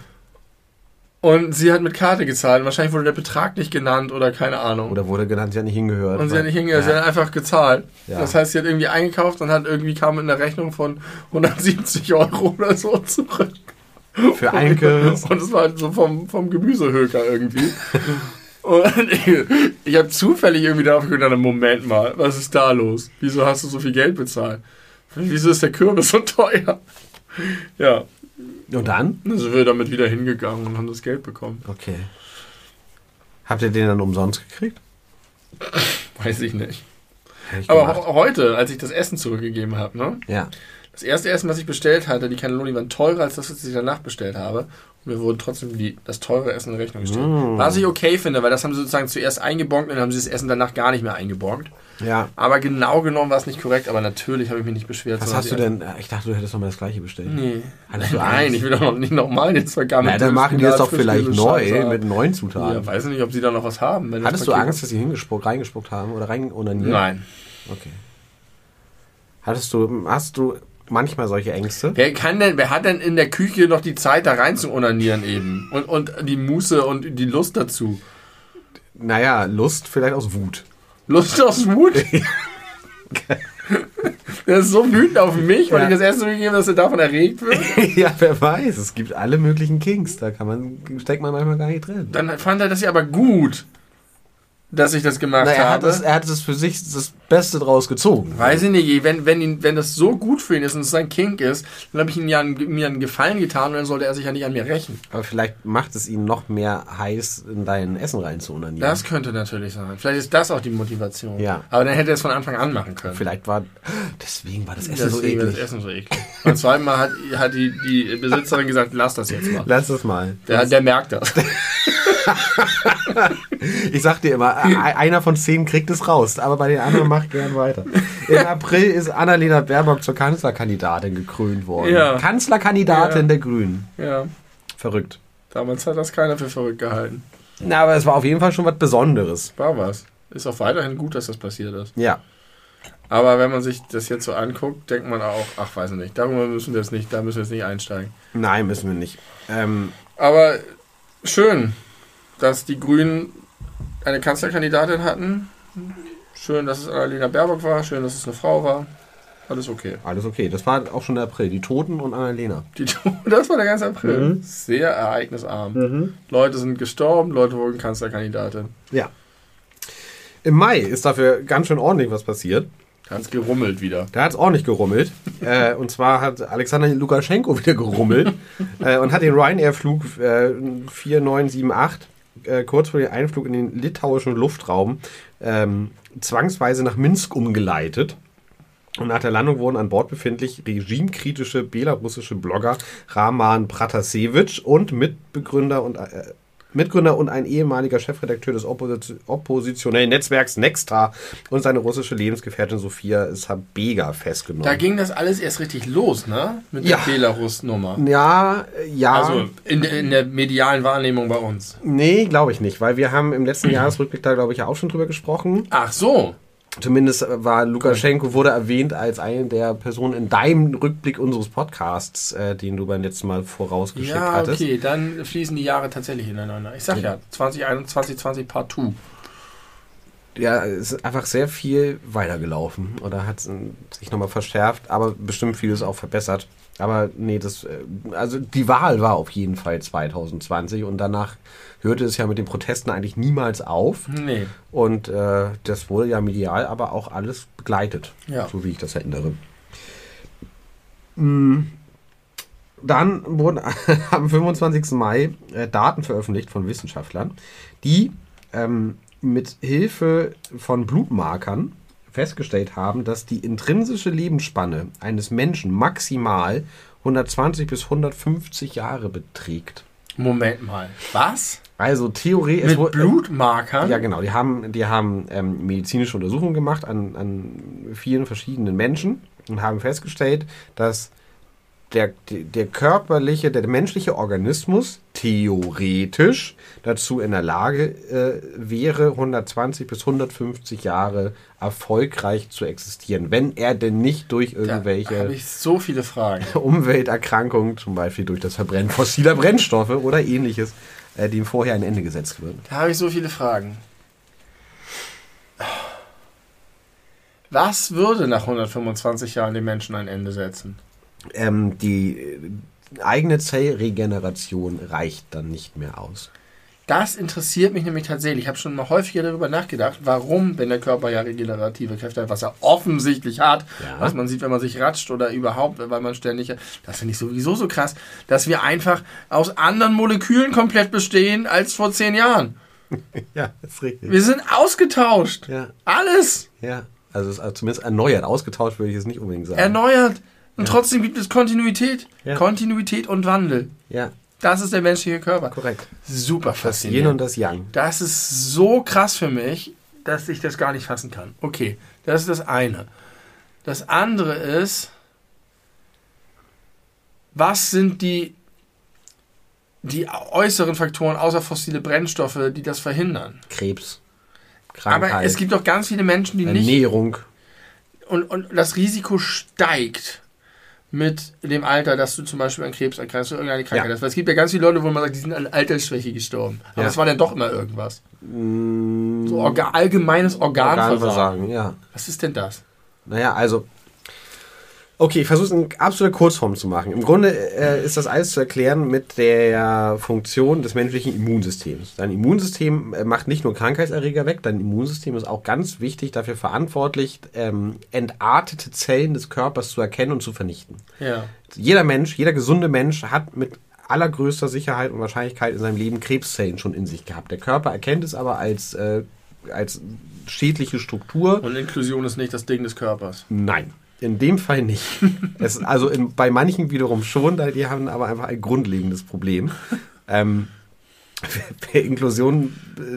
Und sie hat mit Karte gezahlt. Wahrscheinlich wurde der Betrag nicht genannt oder keine Ahnung. Oder wurde genannt, sie hat nicht hingehört. Und sie hat nicht hingehört, Ja. sie hat einfach gezahlt. Ja. Das heißt, sie hat irgendwie eingekauft und hat irgendwie kam mit einer Rechnung von hundertsiebzig Euro oder so zurück. Für einen Kürbis. Und es war halt so vom, vom Gemüsehöker irgendwie. Und ich, ich habe zufällig irgendwie darauf gedacht, Moment mal, was ist da los? Wieso hast du so viel Geld bezahlt? Wieso ist der Kürbis so teuer? Ja, Und dann? dann sind wir damit wieder hingegangen und haben das Geld bekommen. Okay. Habt ihr den dann umsonst gekriegt? Weiß ich nicht. Hätte ich Aber gemacht. ho- heute, als ich das Essen zurückgegeben habe, ne? Ja. Das erste Essen, was ich bestellt hatte, die Cannelloni waren teurer als das, was ich danach bestellt habe. Und mir wurde trotzdem die, das teure Essen in Rechnung gestellt. Mm. Was ich okay finde, weil das haben sie sozusagen zuerst eingebonkt und dann haben sie das Essen danach gar nicht mehr eingebonkt. Ja. Aber genau genommen war es nicht korrekt, aber natürlich habe ich mich nicht beschwert. Was hast du denn? Ich dachte, du hättest nochmal das gleiche bestellt. Nee. Hattest du Nein, Angst? ich will doch noch nicht nochmal jetzt vergammeln. Na, dann machen die es doch vielleicht neu mit neuen Zutaten. Ja, weiß nicht, ob sie da noch was haben. Wenn Hattest du Angst, dass sie hingespuckt, reingespuckt haben oder rein onaniert? Nein. Okay. Hattest du, hast du manchmal solche Ängste? Wer kann denn, wer hat denn in der Küche noch die Zeit, da rein zu onanieren eben? Und, und die Muße und die Lust dazu? Naja, Lust vielleicht aus Wut. Lust aus Wut? Der ist so wütend auf mich, weil Ja. ich das erste Mal gegeben habe, dass er davon erregt wird. Ja, wer weiß. Es gibt alle möglichen Kinks. Da kann man, steckt man manchmal gar nicht drin. Dann fand er das ja aber gut, dass ich das gemacht Na, er, hat habe. das, er hat es für sich das Beste draus gezogen. Weiß ich nicht, wenn, wenn, ihn, wenn das so gut für ihn ist und es sein Kink ist, dann habe ich ihm ja einen, mir einen Gefallen getan und dann sollte er sich ja nicht an mir rächen. Aber vielleicht macht es ihn noch mehr heiß, in dein Essen rein zu unanieren. Das könnte natürlich sein. Vielleicht ist das auch die Motivation. Ja. Aber dann hätte er es von Anfang an machen können. Vielleicht war... Deswegen war das Essen so Deswegen war eklig. das Essen so eklig. Beim zweiten Mal hat, hat die, die Besitzerin gesagt, lass das jetzt mal. Lass es mal. Der, der merkt das. Ich sag dir immer, e- einer von zehn kriegt es raus, aber bei den anderen macht gern weiter. Im April ist Annalena Baerbock zur Kanzlerkandidatin gekrönt worden. Ja. Kanzlerkandidatin Ja. der Grünen. Ja, Verrückt. damals hat das keiner für verrückt gehalten. Na, aber es war auf jeden Fall schon was Besonderes. War was. Ist auch weiterhin gut, dass das passiert ist. Ja. Aber wenn man sich das jetzt so anguckt, denkt man auch, ach, weiß ich nicht, darüber müssen wir jetzt nicht, da müssen wir jetzt nicht einsteigen. Nein, müssen wir nicht. Ähm, Aber schön, dass die Grünen eine Kanzlerkandidatin hatten. Schön, dass es Annalena Baerbock war. Schön, dass es eine Frau war. Alles okay. alles okay. Das war auch schon der April. Die Toten und Annalena. Die, das war der ganze April. Mhm. Sehr ereignisarm. Leute sind gestorben, Leute wurden Kanzlerkandidatin. Ja. Im Mai ist dafür ganz schön ordentlich was passiert. Da hat es gerummelt wieder. Da hat es ordentlich gerummelt. äh, und zwar hat Alexander Lukaschenko wieder gerummelt äh, und hat den Ryanair-Flug äh, vier neun sieben acht äh, kurz vor dem Einflug in den litauischen Luftraum ähm, zwangsweise nach Minsk umgeleitet. Und nach der Landung wurden an Bord befindlich regimekritische belarussische Blogger Raman Pratasevich und Mitbegründer und äh, Mitgründer und ein ehemaliger Chefredakteur des Opposi- oppositionellen Netzwerks Nexta und seine russische Lebensgefährtin Sofia Sabega festgenommen. Da ging das alles erst richtig los, ne? Mit Ja. der Belarus-Nummer. Ja, ja. Also in, der- in der medialen Wahrnehmung bei uns. Nee, glaube ich nicht, weil wir haben im letzten Jahresrückblick da, glaube ich, ja auch schon drüber gesprochen. Ach so. Zumindest war Lukaschenko, wurde erwähnt als eine der Personen in deinem Rückblick unseres Podcasts, äh, den du beim letzten Mal vorausgeschickt Ja, hattest. okay, dann fließen die Jahre tatsächlich ineinander. Ich sag ja, zwanzig einundzwanzig, zwanzig Part zwei. Ja, es ist einfach sehr viel weitergelaufen oder hat sich nochmal verschärft, aber bestimmt vieles auch verbessert. Aber nee, das, äh, also die Wahl war auf jeden Fall zwanzig zwanzig und danach hörte es ja mit den Protesten eigentlich niemals auf. Nee. Und äh, das wurde ja medial aber auch alles begleitet, Ja. so wie ich das erinnere. Mm. Dann wurden am fünfundzwanzigsten Mai äh, Daten veröffentlicht von Wissenschaftlern, die ähm, mit Hilfe von Blutmarkern festgestellt haben, dass die intrinsische Lebensspanne eines Menschen maximal hundertzwanzig bis hundertfünfzig Jahre beträgt. Moment mal. Was? Also Theorie... es Mit wurde- Blutmarkern? Ja, genau. Die haben, die haben ähm, medizinische Untersuchungen gemacht an, an vielen verschiedenen Menschen und haben festgestellt, dass der, der, der körperliche, der menschliche Organismus theoretisch dazu in der Lage äh, wäre, hundertzwanzig bis hundertfünfzig Jahre erfolgreich zu existieren, wenn er denn nicht durch Da habe irgendwelche ich so viele Fragen. Umwelterkrankungen, zum Beispiel durch das Verbrennen fossiler Brennstoffe oder ähnliches, äh, dem vorher ein Ende gesetzt wird. Da habe ich so viele Fragen. Was würde nach hundertfünfundzwanzig Jahren den Menschen ein Ende setzen? Ähm, die äh, eigene Zellregeneration reicht dann nicht mehr aus. Das interessiert mich nämlich tatsächlich. Ich habe schon mal häufiger darüber nachgedacht, warum, wenn der Körper ja regenerative Kräfte hat, was er offensichtlich hat, Ja. was man sieht, wenn man sich ratscht oder überhaupt, weil man ständig... Das finde ich sowieso so krass, dass wir einfach aus anderen Molekülen komplett bestehen als vor zehn Jahren. Ja, das ist richtig. Wir sind ausgetauscht. Ja, Alles ja. Also, es ist also zumindest erneuert. Ausgetauscht würde ich es nicht unbedingt sagen. erneuert. Und trotzdem gibt es Kontinuität. Ja. Kontinuität und Wandel. Ja, Das ist der menschliche Körper. korrekt. Super Das Yin faszinierend. und das Yang. Das ist so krass für mich, dass ich das gar nicht fassen kann. Okay, das ist das eine. Das andere ist, was sind die, die äußeren Faktoren außer fossile Brennstoffe, die das verhindern? Krebs, Krankheit, Aber es gibt doch ganz viele Menschen, die nicht... Ernährung. Und, und das Risiko steigt mit dem Alter, dass du zum Beispiel an Krebs erkrankst oder irgendeine Krankheit Ja. hast. Weil es gibt ja ganz viele Leute, wo man sagt, die sind an Altersschwäche gestorben. Aber Ja. es war dann doch immer irgendwas. Mm, So orga allgemeines Organversagen. Organversagen, ja. Was ist denn das? Naja, also, okay, ich versuche es in absoluter Kurzform zu machen. Im Grunde äh, ist das alles zu erklären mit der Funktion des menschlichen Immunsystems. Dein Immunsystem äh, macht nicht nur Krankheitserreger weg, dein Immunsystem ist auch ganz wichtig dafür verantwortlich, ähm, entartete Zellen des Körpers zu erkennen und zu vernichten. Ja. Jeder Mensch, jeder gesunde Mensch hat mit allergrößter Sicherheit und Wahrscheinlichkeit in seinem Leben Krebszellen schon in sich gehabt. Der Körper erkennt es aber als, äh, als schädliche Struktur. Und Inklusion ist nicht das Ding des Körpers. Nein, in dem Fall nicht. Es, also in, bei manchen wiederum schon, da die haben aber einfach ein grundlegendes Problem. Ähm, wer, wer Inklusion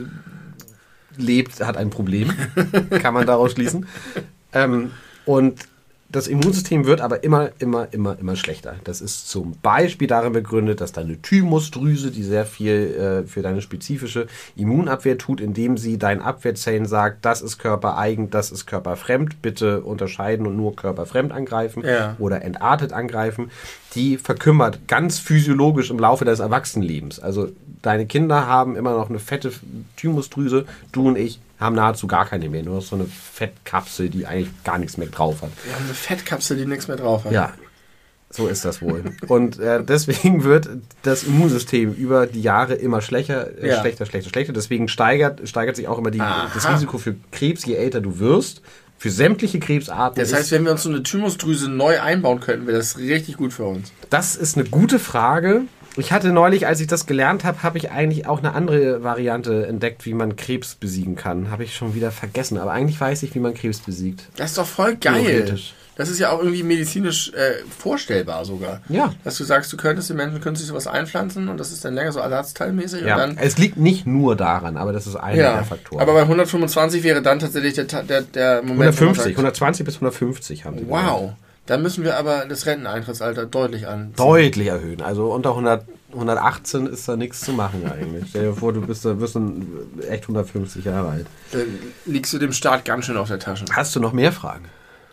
äh, lebt, hat ein Problem, kann man daraus schließen. Ähm, und das Immunsystem wird aber immer, immer, immer, immer schlechter. Das ist zum Beispiel darin begründet, dass deine Thymusdrüse, die sehr viel äh, für deine spezifische Immunabwehr tut, indem sie deinen Abwehrzellen sagt, das ist körpereigen, das ist körperfremd, bitte unterscheiden und nur körperfremd angreifen Ja. oder entartet angreifen, die verkümmert ganz physiologisch im Laufe des Erwachsenenlebens. Also deine Kinder haben immer noch eine fette Thymusdrüse, du und ich haben nahezu gar keine mehr, nur noch so eine Fettkapsel, die eigentlich gar nichts mehr drauf hat. Wir haben eine Fettkapsel, die nichts mehr drauf hat. Ja, so ist das wohl. Und äh, deswegen wird das Immunsystem über die Jahre immer schlechter, äh, Ja. schlechter, schlechter, schlechter. Deswegen steigert, steigert sich auch immer die, Aha. das Risiko für Krebs, je älter du wirst. Für sämtliche Krebsarten. Das heißt, wenn wir uns so eine Thymusdrüse neu einbauen könnten, wäre das richtig gut für uns. Das ist eine gute Frage. Ich hatte neulich, als ich das gelernt habe, habe ich eigentlich auch eine andere Variante entdeckt, wie man Krebs besiegen kann. Habe ich schon wieder vergessen. Aber eigentlich weiß ich, wie man Krebs besiegt. Das ist doch voll geil. Theoretisch. Das ist ja auch irgendwie medizinisch äh, vorstellbar sogar. Ja. Dass du sagst, du könntest den Menschen künstlich sowas einpflanzen und das ist dann länger so ersatzteilmäßig. Ja, Und dann, es liegt nicht nur daran, aber das ist einer ja. der Faktoren. Aber bei hundertfünfundzwanzig wäre dann tatsächlich der, Ta- der, der Moment... wo man hundertfünfzig, sagt, hundertzwanzig bis hundertfünfzig haben die gesagt. Wow. Dann müssen wir aber das Renteneintrittsalter deutlich an. Deutlich erhöhen. Also unter hundert, hundertachtzehn ist da nichts zu machen eigentlich. Stell dir vor, du bist, da- wirst dann echt hundertfünfzig Jahre alt. Dann liegst du dem Staat ganz schön auf der Tasche. Hast du noch mehr Fragen?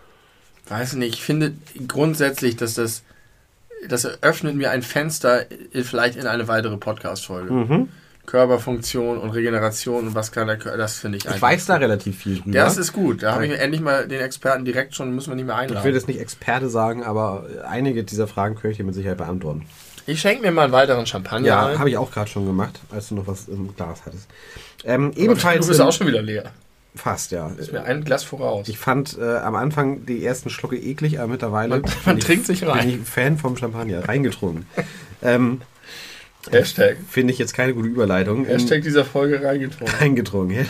Weiß nicht, ich finde grundsätzlich, dass das, das eröffnet mir ein Fenster vielleicht in eine weitere Podcast-Folge. Mhm. Körperfunktion und Regeneration und was kann der Körper, das finde ich Ich einfach. weiß da relativ viel drüber. Das ist gut, da habe ich mir endlich mal den Experten direkt schon, müssen wir nicht mehr Ich will einladen. jetzt nicht Experte sagen, aber einige dieser Fragen könnte ich dir mit Sicherheit beantworten. Ich schenke mir mal einen weiteren Champagner Ja, ein. habe ich auch gerade schon gemacht, als du noch was im Glas hattest. Ähm, Aber ebenfalls du bist im- auch schon wieder leer. fast, ja. Ist mir ein Glas voraus. Ich fand äh, am Anfang die ersten Schlucke eklig, aber mittlerweile Man- bin man ich- trinkt sich rein. bin ich Fan vom Champagner, reingetrunken. ähm, Hashtag. Finde ich jetzt keine gute Überleitung. Hashtag dieser Folge reingetrunken. Eingetrunken.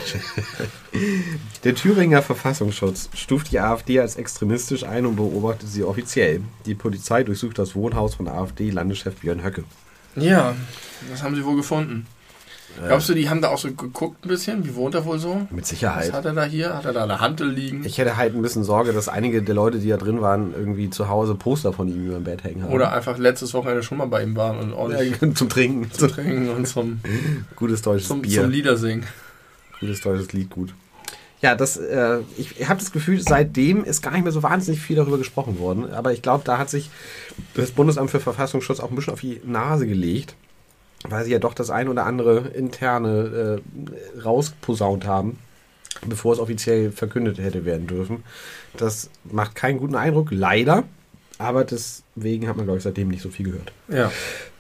Der Thüringer Verfassungsschutz stuft die AfD als extremistisch ein und beobachtet sie offiziell. Die Polizei durchsucht das Wohnhaus von AfD-Landeschef Björn Höcke. Ja, das haben sie wohl gefunden. Glaubst du, die haben da auch so geguckt ein bisschen? Wie wohnt er wohl so? Mit Was Sicherheit. hat er da hier? Hat er da eine Hantel liegen? Ich hätte halt ein bisschen Sorge, dass einige der Leute, die da drin waren, irgendwie zu Hause Poster von ihm über dem Bett hängen haben. Oder einfach letztes Wochenende schon mal bei ihm waren und ordentlich ja, zum Trinken. zu trinken und zum, Gutes deutsches zum, Bier. zum Liedersingen. Gutes deutsches Lied, gut. Ja, das, äh, ich habe das Gefühl, seitdem ist gar nicht mehr so wahnsinnig viel darüber gesprochen worden. Aber ich glaube, da hat sich das Bundesamt für Verfassungsschutz auch ein bisschen auf die Nase gelegt, weil sie ja doch das ein oder andere interne äh, rausposaunt haben, bevor es offiziell verkündet hätte werden dürfen. Das macht keinen guten Eindruck, leider. Aber deswegen hat man, glaube ich, seitdem nicht so viel gehört. Ja.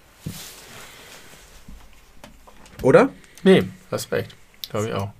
Oder? Nee, Respekt. Glaube ich auch.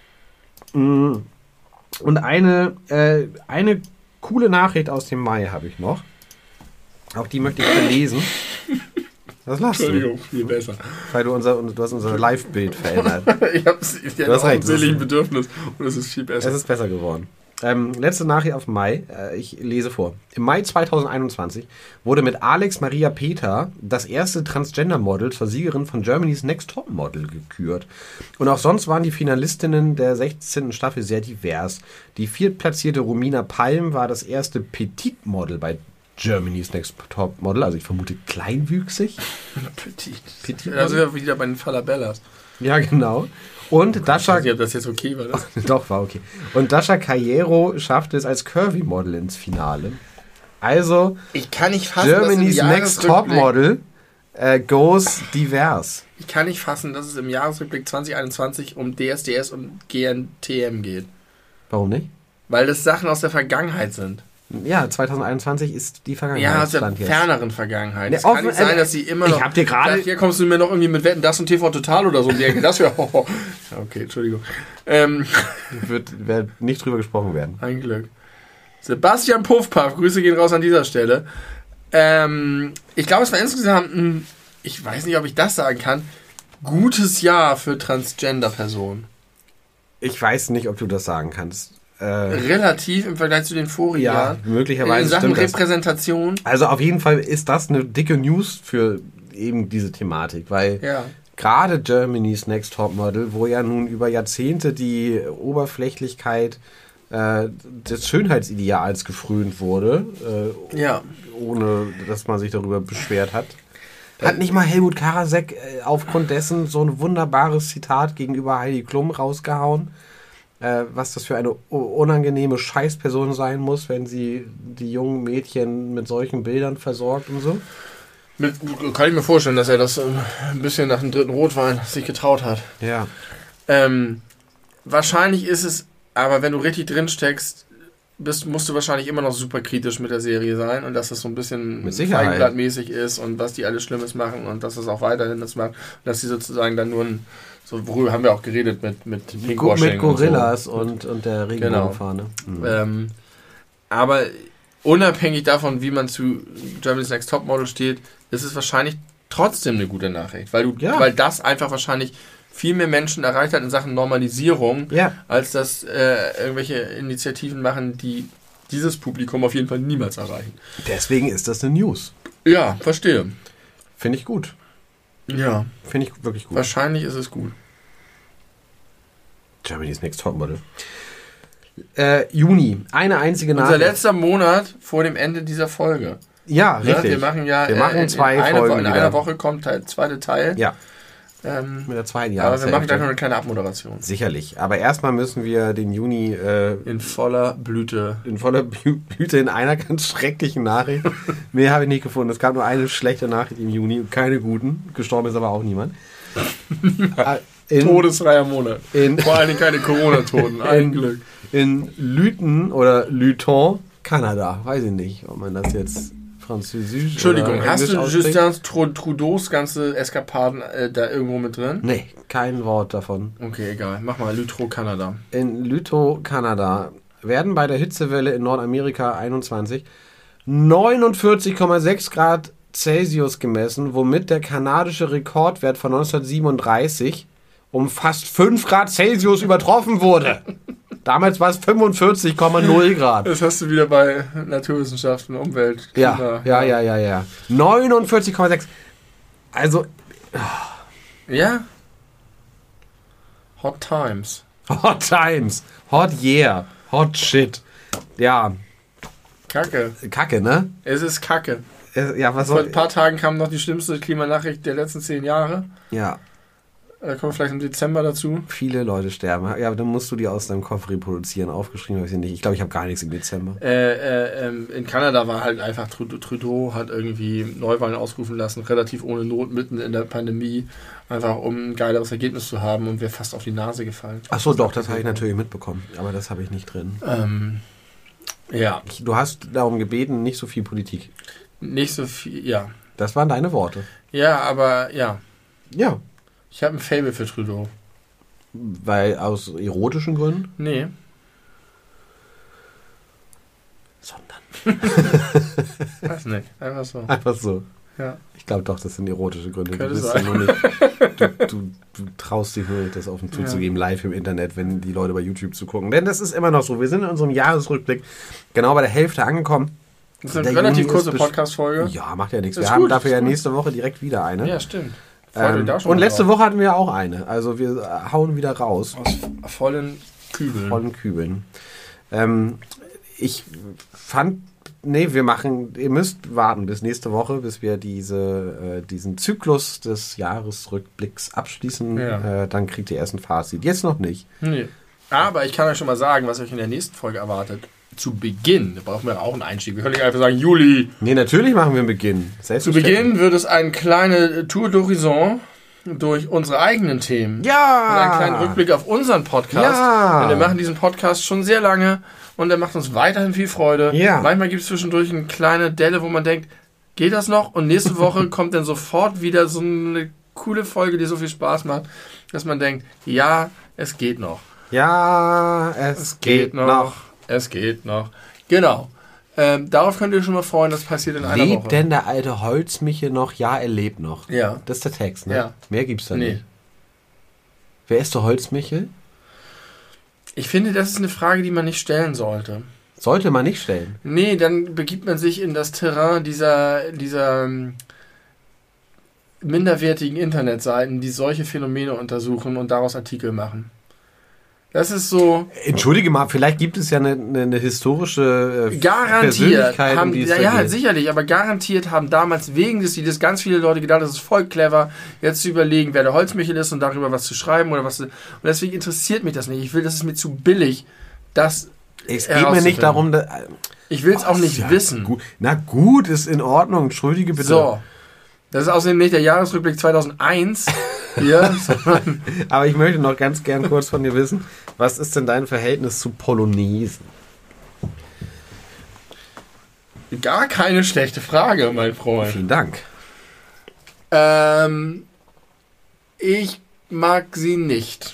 Und eine, äh, eine coole Nachricht aus dem Mai habe ich noch. Auch die möchte ich verlesen. Was lachst du? viel besser. Weil du unser, du hast unser Live-Bild verändert. ich hab's, ich Du hast hatte auch ein recht, das ist- seligen Bedürfnis und es ist viel besser. Es ist besser geworden. Ähm, letzte Nachricht auf Mai. Äh, ich lese vor. Im Mai zweitausendeinundzwanzig wurde mit Alex Maria Peter das erste Transgender-Model zur Siegerin von Germany's Next Top Model gekürt. Und auch sonst waren die Finalistinnen der sechzehnten Staffel sehr divers. Die viertplatzierte Romina Palm war das erste Petit-Model bei Germany's Next Top Model. Also ich vermute kleinwüchsig. Petit. Petit Also ja, wieder bei den Falabellas. Ja, genau. Und Ich Dasha... weiß nicht, ob das jetzt okay war. Das. Doch, war okay. Und Dasha Caiero schaffte es als Curvy-Model ins Finale. Also, Ich kann nicht fassen, Germany's dass im Next Jahresrückblick- Top Model äh, goes divers. Ich kann nicht fassen, dass es im Jahresrückblick zwanzig einundzwanzig um D S D S und G N T M geht. Warum nicht? Weil das Sachen aus der Vergangenheit sind. Ja, zweitausendeinundzwanzig ist die Vergangenheit. Ja, aus der Stand jetzt. ferneren Vergangenheit. Ne, Es kann offen- nicht sein, äh, dass sie immer ich noch... hab dir gerade- Vielleicht, Hier kommst du mir noch irgendwie mit Wetten, das und T V Total oder so um die Ecke. Das wäre... Ja, okay, Entschuldigung. Ähm, Wird, wird nicht drüber gesprochen werden. ein Glück. Sebastian Puffpaff, Grüße gehen raus an dieser Stelle. Ähm, ich glaube, es war insgesamt ein... Ich weiß nicht, ob ich das sagen kann. Gutes Jahr für Transgender-Personen. Ich weiß nicht, ob du das sagen kannst. Äh, Relativ im Vergleich zu den vorigen ja, Jahren. möglicherweise In Sachen stimmt das. Repräsentation. Also auf jeden Fall ist das eine dicke News für eben diese Thematik, weil Ja. gerade Germany's Next Top Model, wo ja nun über Jahrzehnte die Oberflächlichkeit äh, des Schönheitsideals gefrönt wurde, äh, Ja. ohne dass man sich darüber beschwert hat, hat nicht mal Helmut Karasek äh, aufgrund dessen so ein wunderbares Zitat gegenüber Heidi Klum rausgehauen, äh, was das für eine u- unangenehme Scheißperson sein muss, wenn sie die jungen Mädchen mit solchen Bildern versorgt und so. Mit, kann ich mir vorstellen, dass er das ähm, ein bisschen nach dem dritten Rotwein sich getraut hat. Ja. Ähm, wahrscheinlich ist es, aber wenn du richtig drin steckst, bist, musst du wahrscheinlich immer noch super kritisch mit der Serie sein und dass das so ein bisschen Mit Sicherheit. feigenblattmäßig ist und was die alles Schlimmes machen und dass das auch weiterhin das macht. Und dass sie sozusagen dann nur ein, so worüber haben wir auch geredet mit, mit Pinkwashing Mit Gorillas und, und, und der Regenbogenfahne. Mhm. so. Ähm, aber unabhängig davon, wie man zu Germany's Next Top Model steht, ist es wahrscheinlich trotzdem eine gute Nachricht, weil du, Ja. weil das einfach wahrscheinlich viel mehr Menschen erreicht hat in Sachen Normalisierung, Ja. als dass äh, irgendwelche Initiativen machen, die dieses Publikum auf jeden Fall niemals erreichen. Deswegen ist das eine News. Ja, verstehe. Finde ich gut. Ja, Finde ich wirklich gut. wahrscheinlich ist es gut. Germany's Next Topmodel. Äh, Juni. Eine einzige Unser Nachricht. letzter Monat vor dem Ende dieser Folge. Ja, Ja, richtig. wir machen ja Wir machen äh, in, zwei in einer, Folgen Wo- in wieder. einer Woche kommt der zweite Teil. Ja, Ähm, mit der zweiten aber wir machen Jahreshälfte. gleich noch eine kleine Abmoderation. Sicherlich. Aber erstmal müssen wir den Juni äh, In voller Blüte. in voller Blü- Blüte in einer ganz schrecklichen Nachricht. Mehr habe ich nicht gefunden. Es gab nur eine schlechte Nachricht im Juni und keine guten. Gestorben ist aber auch niemand. Äh, in, Todesfreier Monat. in, Vor allen Dingen keine Corona-Toten. Ein In- Glück. in Luton oder Luton, Kanada. Weiß ich nicht, ob man das jetzt französisch Entschuldigung, oder hast Englisch du ausspricht. Justin Tru- Trudeaus ganze Eskapaden äh, da irgendwo mit drin? Nee, kein Wort davon. Okay, egal. Mach mal Lütro, Kanada. In Luton, Kanada, werden bei der Hitzewelle in Nordamerika einundzwanzig neunundvierzig Komma sechs Grad Celsius gemessen, womit der kanadische Rekordwert von neunzehnhundertsiebenunddreißig um fast fünf Grad Celsius übertroffen wurde. Damals war es fünfundvierzig Komma null Grad. Das hast du wieder bei Naturwissenschaften, Umwelt, Ja, Klima. ja, ja, ja, ja. neunundvierzig Komma sechs. Also, Ja? Hot Times. Hot Times. Hot Yeah. Hot Shit. Ja, Kacke. Kacke, ne? Es ist Kacke. Äh, Ja, was Vor soll... ein paar Tagen kam noch die schlimmste Klimanachricht der letzten zehn Jahre. Ja, Da kommen wir vielleicht im Dezember dazu. viele Leute sterben. Ja, aber dann musst du die aus deinem Kopf reproduzieren. Aufgeschrieben habe ich sie nicht. Ich glaube, ich habe gar nichts im Dezember. Äh, äh, ähm, in Kanada war halt einfach, Trudeau, Trudeau hat irgendwie Neuwahlen ausrufen lassen, relativ ohne Not, mitten in der Pandemie, einfach um ein geileres Ergebnis zu haben und wäre fast auf die Nase gefallen. Ach so, doch, das habe ich natürlich mitbekommen. Aber das habe ich nicht drin. Ähm, ja, Ich, du hast darum gebeten, nicht so viel Politik. nicht so viel, ja. Das waren deine Worte. Ja, aber ja, Ja, ich habe ein Faible für Trudeau. weil aus erotischen Gründen. Nee. Sondern Weiß nicht, einfach so. einfach so. Ja. Ich glaube doch, das sind erotische Gründe. Du, Könnte bist ja sein. nur nicht, du, du, du traust dich nur nicht, das offen zuzugeben, live im Internet, wenn die Leute bei YouTube zugucken. Denn das ist immer noch so. Wir sind in unserem Jahresrückblick genau bei der Hälfte angekommen. Das ist eine Der relativ Juni kurze ist besch- Podcast-Folge. Ja, macht ja nichts. Ist Wir haben gut, dafür ist ja gut. nächste Woche direkt wieder eine. Ja, stimmt. Freut euch Ähm, da schon und mal letzte drauf. Woche hatten wir auch eine. Also wir äh, hauen wieder raus. Aus vollen Kübeln. Vollen Kübeln. Ähm, ich fand, nee, wir machen, ihr müsst warten bis nächste Woche, bis wir diese, äh, diesen Zyklus des Jahresrückblicks abschließen. Ja. Äh, dann kriegt ihr erst ein Fazit. Jetzt noch nicht. Nee. Aber ich kann euch schon mal sagen, was euch in der nächsten Folge erwartet. Zu Beginn, da brauchen wir auch einen Einstieg. Wir können nicht einfach sagen, Juli. Nee, natürlich machen wir einen Beginn. Zu Beginn wird es eine kleine Tour d'Horizon durch unsere eigenen Themen. Ja! Und einen kleinen Rückblick auf unseren Podcast. Ja! Und wir machen diesen Podcast schon sehr lange und der macht uns weiterhin viel Freude. Ja. Manchmal gibt es zwischendurch eine kleine Delle, wo man denkt, geht das noch? Und nächste Woche kommt dann sofort wieder so eine coole Folge, die so viel Spaß macht, dass man denkt, ja, es geht noch. Ja, es, Es geht noch. Es geht noch. Genau. Ähm, darauf könnt ihr schon mal freuen, das passiert in einer Lebt Woche. denn der alte Holzmichel noch? Ja, er lebt noch. Ja. Das ist der Text, ne? Ja. Mehr gibt's da Nee. nicht. Wer ist der Holzmichel? Ich finde, das ist eine Frage, die man nicht stellen sollte. Sollte man nicht stellen. Nee, dann begibt man sich in das Terrain dieser, dieser ähm, minderwertigen Internetseiten, die solche Phänomene untersuchen und daraus Artikel machen. Das ist so Entschuldige mal, vielleicht gibt es ja eine, eine, eine historische äh, garantiert. Persönlichkeit, Haben, um die es ja, da ja, geht. sicherlich, aber garantiert haben damals wegen des Liedes ganz viele Leute gedacht, das ist voll clever, jetzt zu überlegen, wer der Holzmichel ist und darüber was zu schreiben oder was. Und deswegen interessiert mich das nicht. Ich will, das ist mir zu billig, das. Es geht mir nicht darum, dass, Ich will es auch nicht ja wissen. Gut. Na gut, ist in Ordnung. Entschuldige bitte. So. Das ist außerdem nicht der Jahresrückblick zweitausendeins hier, sondern Aber ich möchte noch ganz gern kurz von dir wissen, was ist denn dein Verhältnis zu Polonaisen? gar keine schlechte Frage, mein Freund. Vielen Dank. Ähm, ich mag sie nicht.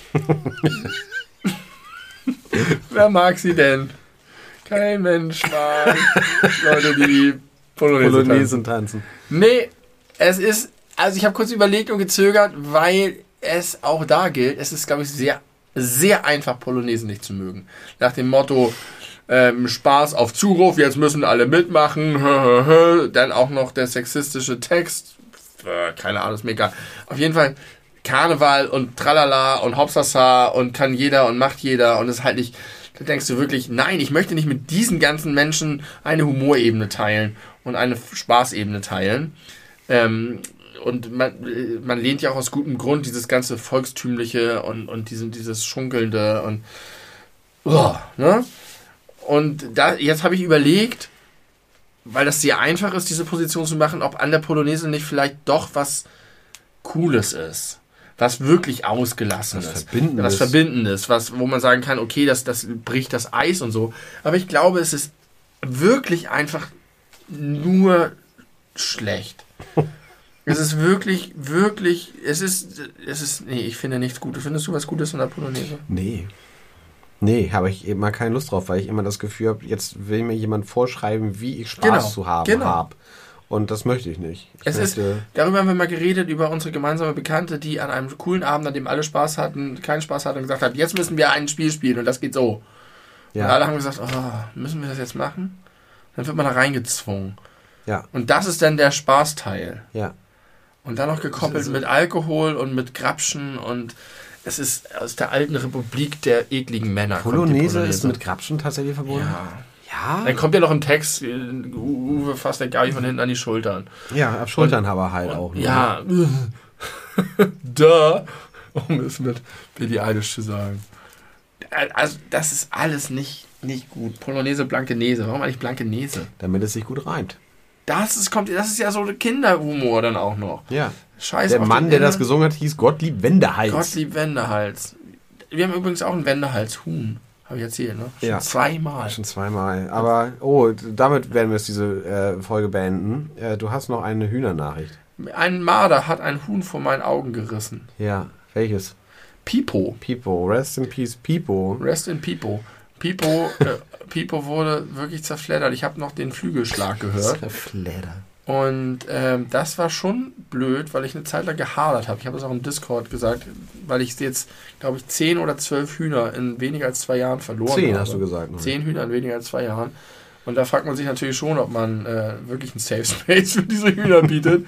Wer mag sie denn? Kein Mensch mag Leute, die die Polonaise tanzen. Polonaisen tanzen. Nee, es ist, also ich habe kurz überlegt und gezögert, weil es auch da gilt, es ist, glaube ich, sehr, sehr einfach, Polonaisen nicht zu mögen. Nach dem Motto, ähm, Spaß auf Zuruf, jetzt müssen alle mitmachen, hö, hö, hö. Dann auch noch der sexistische Text, äh, keine Ahnung, ist mir egal. Auf jeden Fall Karneval und Tralala und Hopsasa und kann jeder und macht jeder und es ist halt nicht, da denkst du wirklich, nein, ich möchte nicht mit diesen ganzen Menschen eine Humorebene teilen und eine Spaßebene teilen. Ähm, und man, man lehnt ja auch aus gutem Grund dieses ganze Volkstümliche und, und diesen, dieses Schunkelnde und oh, ne? Und da, jetzt habe ich überlegt, weil das sehr einfach ist, diese Position zu machen, ob an der Polonaise nicht vielleicht doch was Cooles ist. Was wirklich ausgelassen Was ist. Verbindendes. Was Verbindendes. Was, wo man sagen kann, okay, das, das bricht das Eis und so. Aber ich glaube, es ist wirklich einfach nur schlecht. Es ist wirklich, wirklich, es ist, es ist, nee, ich finde nichts Gutes. Findest du was Gutes in der Polonaise? Nee. Nee, habe ich immer keine Lust drauf, weil ich immer das Gefühl habe, jetzt will mir jemand vorschreiben, wie ich Spaß Genau, zu haben genau. habe. Und das möchte ich nicht. Ich Es ist, möchte, darüber haben wir mal geredet, über unsere gemeinsame Bekannte, die an einem coolen Abend, an dem alle Spaß hatten, keinen Spaß hatten und gesagt haben, jetzt müssen wir ein Spiel spielen und das geht so. ja, Und alle haben gesagt, oh, müssen wir das jetzt machen? Dann wird man da reingezwungen. ja, Und das ist dann der Spaßteil. ja. Und dann noch gekoppelt Das ist- mit Alkohol und mit Grapschen und es ist aus der alten Republik der ekligen Männer. kommt die Polonaise ist mit Grapschen tatsächlich verbunden? Ja. Ja? Dann kommt ja noch im Text, äh, Uwe fasst der Gabi von hinten an die Schultern. Ja, ab Schultern aber halt auch. Ne? Ja. Da. Um es mit Billie Eilish zu sagen. Also, das ist alles nicht, nicht gut. Polonaise, blanke Nese. Warum eigentlich blanke Nese? Damit es sich gut reimt. Das ist, kommt, das ist ja so Kinderhumor dann auch noch. Ja. Scheiß Der auf Mann, den der das Ende. gesungen hat, hieß Gottlieb Wendehals. Gottlieb Wendehals. Wir haben übrigens auch einen Wendehals-Huhn. Habe ich erzählt, ne? Schon Ja. zweimal. Schon zweimal. Aber, oh, damit werden wir jetzt diese äh, Folge beenden. Äh, du hast noch eine Hühnernachricht. Ein Marder hat ein Huhn vor meinen Augen gerissen. Ja, welches? Pipo. Pipo. Rest in Peace, Pipo. Rest in Pipo. Pipo, äh, Pipo wurde wirklich zerfleddert. Ich habe noch den Flügelschlag gehört. Zerfledder. Und ähm, das war schon blöd, weil ich eine Zeit lang gehadert habe. Ich habe es auch im Discord gesagt, weil ich jetzt, glaube ich, zehn oder zwölf Hühner in weniger als zwei Jahren verloren Zehn habe. hast du gesagt. Ne? Zehn Hühner in weniger als zwei Jahren. Und da fragt man sich natürlich schon, ob man äh, wirklich einen Safe Space für diese Hühner bietet.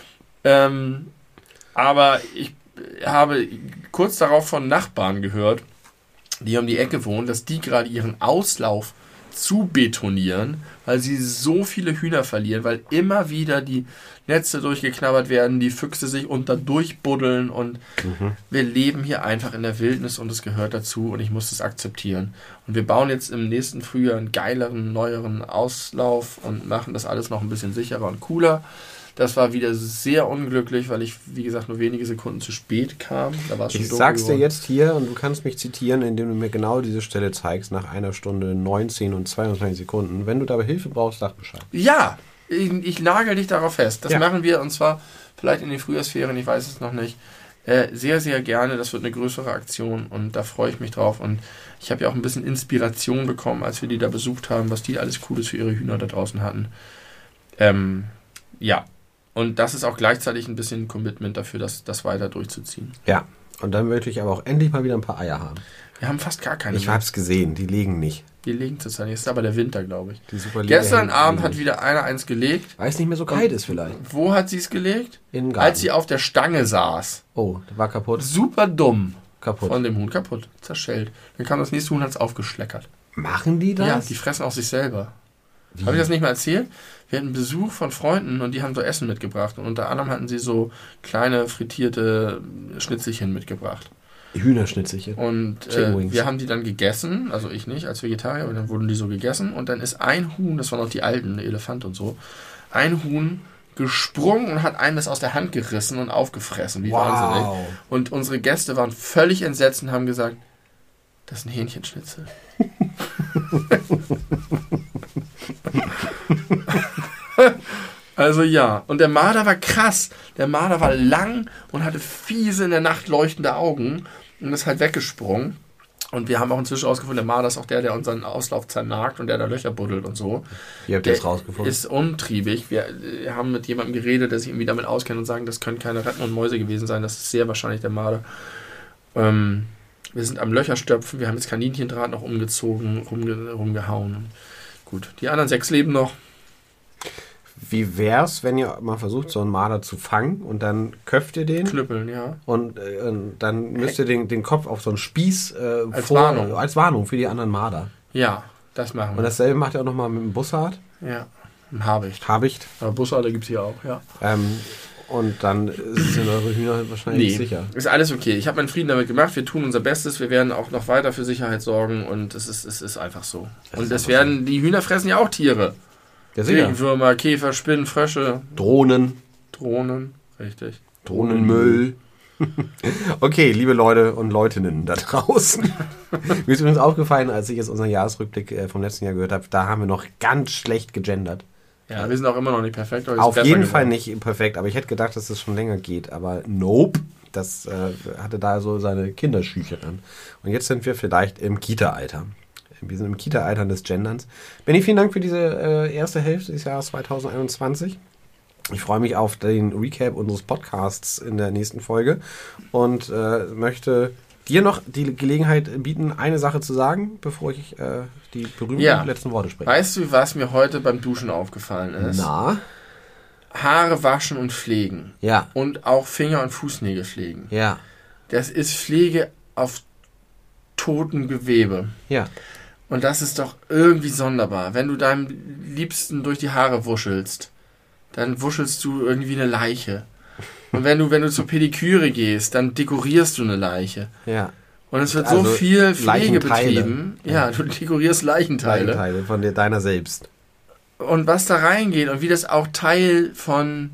ähm, aber ich habe kurz darauf von Nachbarn gehört, die um die Ecke wohnen, dass die gerade ihren Auslauf zu betonieren, weil sie so viele Hühner verlieren, weil immer wieder die Netze durchgeknabbert werden, die Füchse sich unter durchbuddeln und mhm. wir leben hier einfach in der Wildnis und es gehört dazu und ich muss das akzeptieren. Und wir bauen jetzt im nächsten Frühjahr einen geileren, neueren Auslauf und machen das alles noch ein bisschen sicherer und cooler. Das war wieder sehr unglücklich, weil ich, wie gesagt, nur wenige Sekunden zu spät kam. Da war es schon ich sag's dir jetzt hier und du kannst mich zitieren, indem du mir genau diese Stelle zeigst, nach einer Stunde neunzehn und zweiundzwanzig Sekunden. Wenn du dabei Hilfe brauchst, sag Bescheid. Ja, ich, ich nagel dich darauf fest. Das ja. machen wir und zwar vielleicht in den Frühjahrsferien, ich weiß es noch nicht. Äh, sehr, sehr gerne. Das wird eine größere Aktion und da freue ich mich drauf. Und ich habe ja auch ein bisschen Inspiration bekommen, als wir die da besucht haben, was die alles Cooles für ihre Hühner da draußen hatten. Ähm, ja. Und das ist auch gleichzeitig ein bisschen ein Commitment dafür, das, das weiter durchzuziehen. Ja, und dann möchte ich aber auch endlich mal wieder ein paar Eier haben. Wir haben fast gar keine. Ich habe es gesehen, die legen nicht. Die legen zurzeit nicht. Es ist aber der Winter, glaube ich. Die super Gestern Abend hat wieder einer eins gelegt. Weil es nicht mehr so kalt ist vielleicht. Wo hat sie es gelegt? In den Garten. Als sie auf der Stange saß. Oh, der war kaputt. Super dumm. Kaputt. Von dem Huhn kaputt. Zerschellt. Dann kam das nächste Huhn, hat es aufgeschleckert. Machen die das? Ja, die fressen auch sich selber. Habe ich das nicht mal erzählt? Wir hatten Besuch von Freunden und die haben so Essen mitgebracht. Und unter anderem hatten sie so kleine frittierte Schnitzelchen mitgebracht. Hühnerschnitzelchen. Und äh, wir haben die dann gegessen, also ich nicht als Vegetarier, aber dann wurden die so gegessen. Und dann ist ein Huhn, das waren noch die alten, der Elefant und so, ein Huhn gesprungen und hat einem das aus der Hand gerissen und aufgefressen. Wie wow. wahnsinnig. Und unsere Gäste waren völlig entsetzt und haben gesagt, das ist ein Hähnchenschnitzel. Also ja, und der Marder war krass. Der Marder war lang und hatte fiese in der Nacht leuchtende Augen und ist halt weggesprungen. Und wir haben auch inzwischen rausgefunden, der Marder ist auch der, der unseren Auslauf zernagt und der da Löcher buddelt und so. Wie habt ihr das rausgefunden? Ist untriebig. Wir haben mit jemandem geredet, der sich irgendwie damit auskennt und sagen, das können keine Ratten und Mäuse gewesen sein. Das ist sehr wahrscheinlich der Marder. Ähm, wir sind am Löcherstöpfen. Wir haben jetzt Kaninchendraht noch umgezogen, rumge- rumgehauen. Gut, die anderen sechs leben noch. Wie wär's, wenn ihr mal versucht, so einen Marder zu fangen und dann köpft ihr den? Knüppeln, ja. Und, äh, und dann müsst ihr den, den Kopf auf so einen Spieß äh, als, vor, Warnung. als Warnung für die anderen Marder. Ja, das machen wir. Und dasselbe macht ihr auch nochmal mit dem Bussard? Ja, ein Habicht. Habicht. Aber Bussard gibt es hier auch, ja. Ähm, und dann sind eure Hühner wahrscheinlich nee, sicher. Ist alles okay. Ich habe meinen Frieden damit gemacht. Wir tun unser Bestes. Wir werden auch noch weiter für Sicherheit sorgen. Und es ist, es ist einfach so. Das und es werden, so. Die Hühner fressen ja auch Tiere. Ja, sicher. Regenwürmer, Käfer, Spinnen, Frösche. Drohnen. Drohnen, richtig. Drohnenmüll. Okay, liebe Leute und Leutinnen da draußen. Mir ist übrigens aufgefallen, als ich jetzt unseren Jahresrückblick vom letzten Jahr gehört habe, da haben wir noch ganz schlecht gegendert. Ja, wir sind auch immer noch nicht perfekt. Aber Auf jeden geworden. Fall nicht perfekt, aber ich hätte gedacht, dass das schon länger geht. Aber nope, das äh, hatte da so seine Kinderschüche an. Und jetzt sind wir vielleicht im Kita-Alter. Wir sind im Kita-Alter des Genderns. Benni, vielen Dank für diese äh, erste Hälfte des Jahres zwanzig einundzwanzig. Ich freue mich auf den Recap unseres Podcasts in der nächsten Folge und äh, möchte dir noch die Gelegenheit bieten, eine Sache zu sagen, bevor ich äh, die berühmten ja. letzten Worte spreche. Weißt du, was mir heute beim Duschen aufgefallen ist? Na? Haare waschen und pflegen. Ja. Und auch Finger- und Fußnägel pflegen. Ja. Das ist Pflege auf totem Gewebe. Ja. Und das ist doch irgendwie sonderbar. Wenn du deinem Liebsten durch die Haare wuschelst, dann wuschelst du irgendwie eine Leiche. Und wenn du, wenn du zur Pediküre gehst, dann dekorierst du eine Leiche. Ja. Und es wird also so viel Pflege Leichenteile. betrieben. Ja, du dekorierst Leichenteile. Leichenteile von dir, deiner selbst. Und was da reingeht und wie das auch Teil von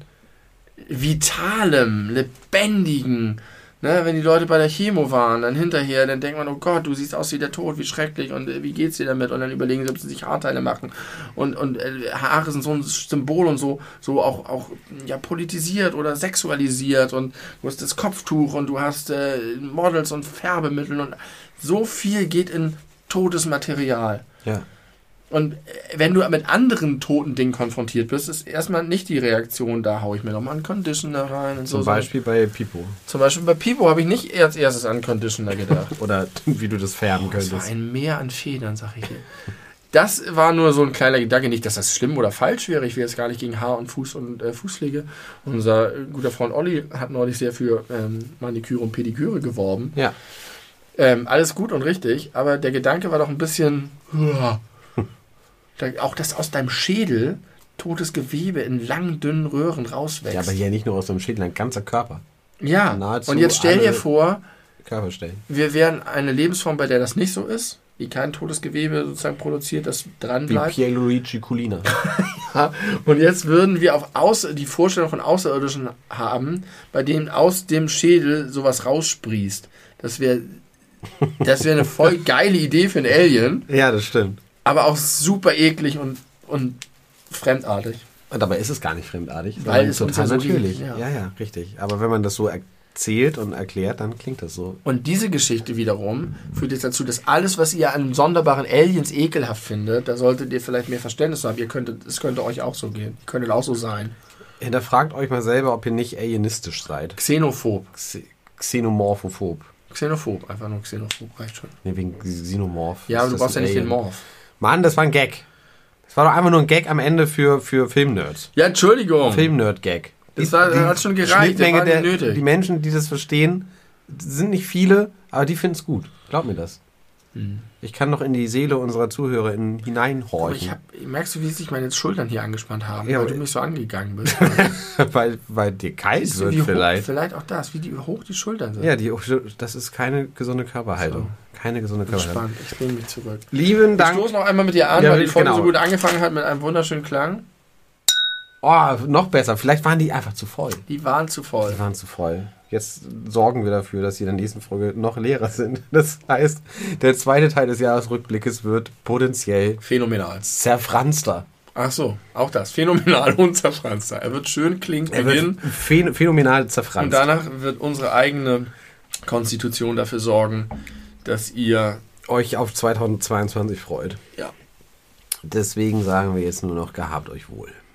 vitalem, lebendigen, ne, wenn die Leute bei der Chemo waren, dann hinterher, dann denkt man, oh Gott, du siehst aus wie der Tod, wie schrecklich und äh, wie geht's dir damit? Und dann überlegen sie, ob sie sich Haarteile machen. Und, und äh, Haare sind so ein Symbol und so, so auch, auch ja, politisiert oder sexualisiert und du hast das Kopftuch und du hast äh, Models und Färbemittel und so viel geht in totes Material. Ja. Und wenn du mit anderen toten Dingen konfrontiert bist, ist erstmal nicht die Reaktion, da haue ich mir nochmal einen Conditioner rein. Und Zum so. Beispiel bei Pipo. Zum Beispiel bei Pipo habe ich nicht als erstes an Conditioner gedacht. Oder wie du das färben Das könntest. war ein Meer an Federn, sag ich dir. Das war nur so ein kleiner Gedanke, nicht, dass das schlimm oder falsch wäre. Ich will jetzt gar nicht gegen Haar- und Fuß- und äh, Fußpflege. Unser guter Freund Olli hat neulich sehr für ähm, Maniküre und Pediküre geworben. Ja. Ähm, alles gut und richtig, aber der Gedanke war doch ein bisschen... Uah. Da, auch dass aus deinem Schädel totes Gewebe in langen, dünnen Röhren rauswächst. Ja, aber hier nicht nur aus dem Schädel, ein ganzer Körper. Ja, Nahezu und jetzt stell dir alle vor, Körperstellen. wir wären eine Lebensform, bei der das nicht so ist, die kein totes Gewebe sozusagen produziert, das dran Wie bleibt. Pierluigi Colina. Ja, und jetzt würden wir auf Außer, die Vorstellung von Außerirdischen haben, bei denen aus dem Schädel sowas raussprießt. Das wäre das wär eine voll geile Idee für einen Alien, Ja, das stimmt. aber auch super eklig und, und fremdartig. Und dabei ist es gar nicht fremdartig. Weil sondern es uns total ja so natürlich. liegt, ja. Ja. ja, richtig. Aber wenn man das so erzählt und erklärt, dann klingt das so. Und diese Geschichte wiederum führt jetzt dazu, dass alles, was ihr an sonderbaren Aliens ekelhaft findet, da solltet ihr vielleicht mehr Verständnis haben. Ihr könntet, es könnte euch auch so gehen. Ihr könntet auch so sein. Hinterfragt euch mal selber, ob ihr nicht alienistisch seid. Xenophob. X- Xenomorphophob. Xenophob. Einfach nur Xenophob. Reicht schon. Nee, wegen Xenomorph. Ja, aber Ist du das brauchst ja ein nicht den Alien? Morph. Mann, das war ein Gag. Das war doch einfach nur ein Gag am Ende für, für Filmnerds. Ja, Entschuldigung. Filmnerd-Gag. Das war- hat schon gereicht, das Schnittmenge war nicht der, nötig. die Menschen, die das verstehen, sind nicht viele, aber die finden es gut. Glaub mir das. Hm. Ich kann noch in die Seele unserer ZuhörerInnen Aber ich hineinhorchen. hab, merkst du, wie sich meine Schultern hier angespannt haben, Ja, weil aber- du mich so angegangen bist? weil, weil dir kalt Siehst du, wird wie hoch, vielleicht. vielleicht auch das, wie, die, wie hoch die Schultern sind. Ja, die, das ist keine gesunde Körperhaltung. Keine gesunde Körperhaltung. Entspannt, ich nehme mich zurück. Lieben Ich Dank. stoße noch einmal mit dir an, Ja, weil die Folge genau. so gut angefangen hat mit einem wunderschönen Klang. Oh, noch besser. Vielleicht waren die einfach zu voll. Die waren zu voll. Die waren zu voll. Jetzt sorgen wir dafür, dass sie in der nächsten Folge noch leerer sind. Das heißt, der zweite Teil des Jahresrückblickes wird potenziell Phänomenal. zerfranster. Ach so, auch das. Phänomenal und zerfranster. Er wird schön klingend Er beginnen wird phän phänomenal zerfranst. und danach wird unsere eigene Konstitution dafür sorgen, dass ihr... euch auf zweitausendzweiundzwanzig freut. Ja. Deswegen sagen wir jetzt nur noch, gehabt euch wohl.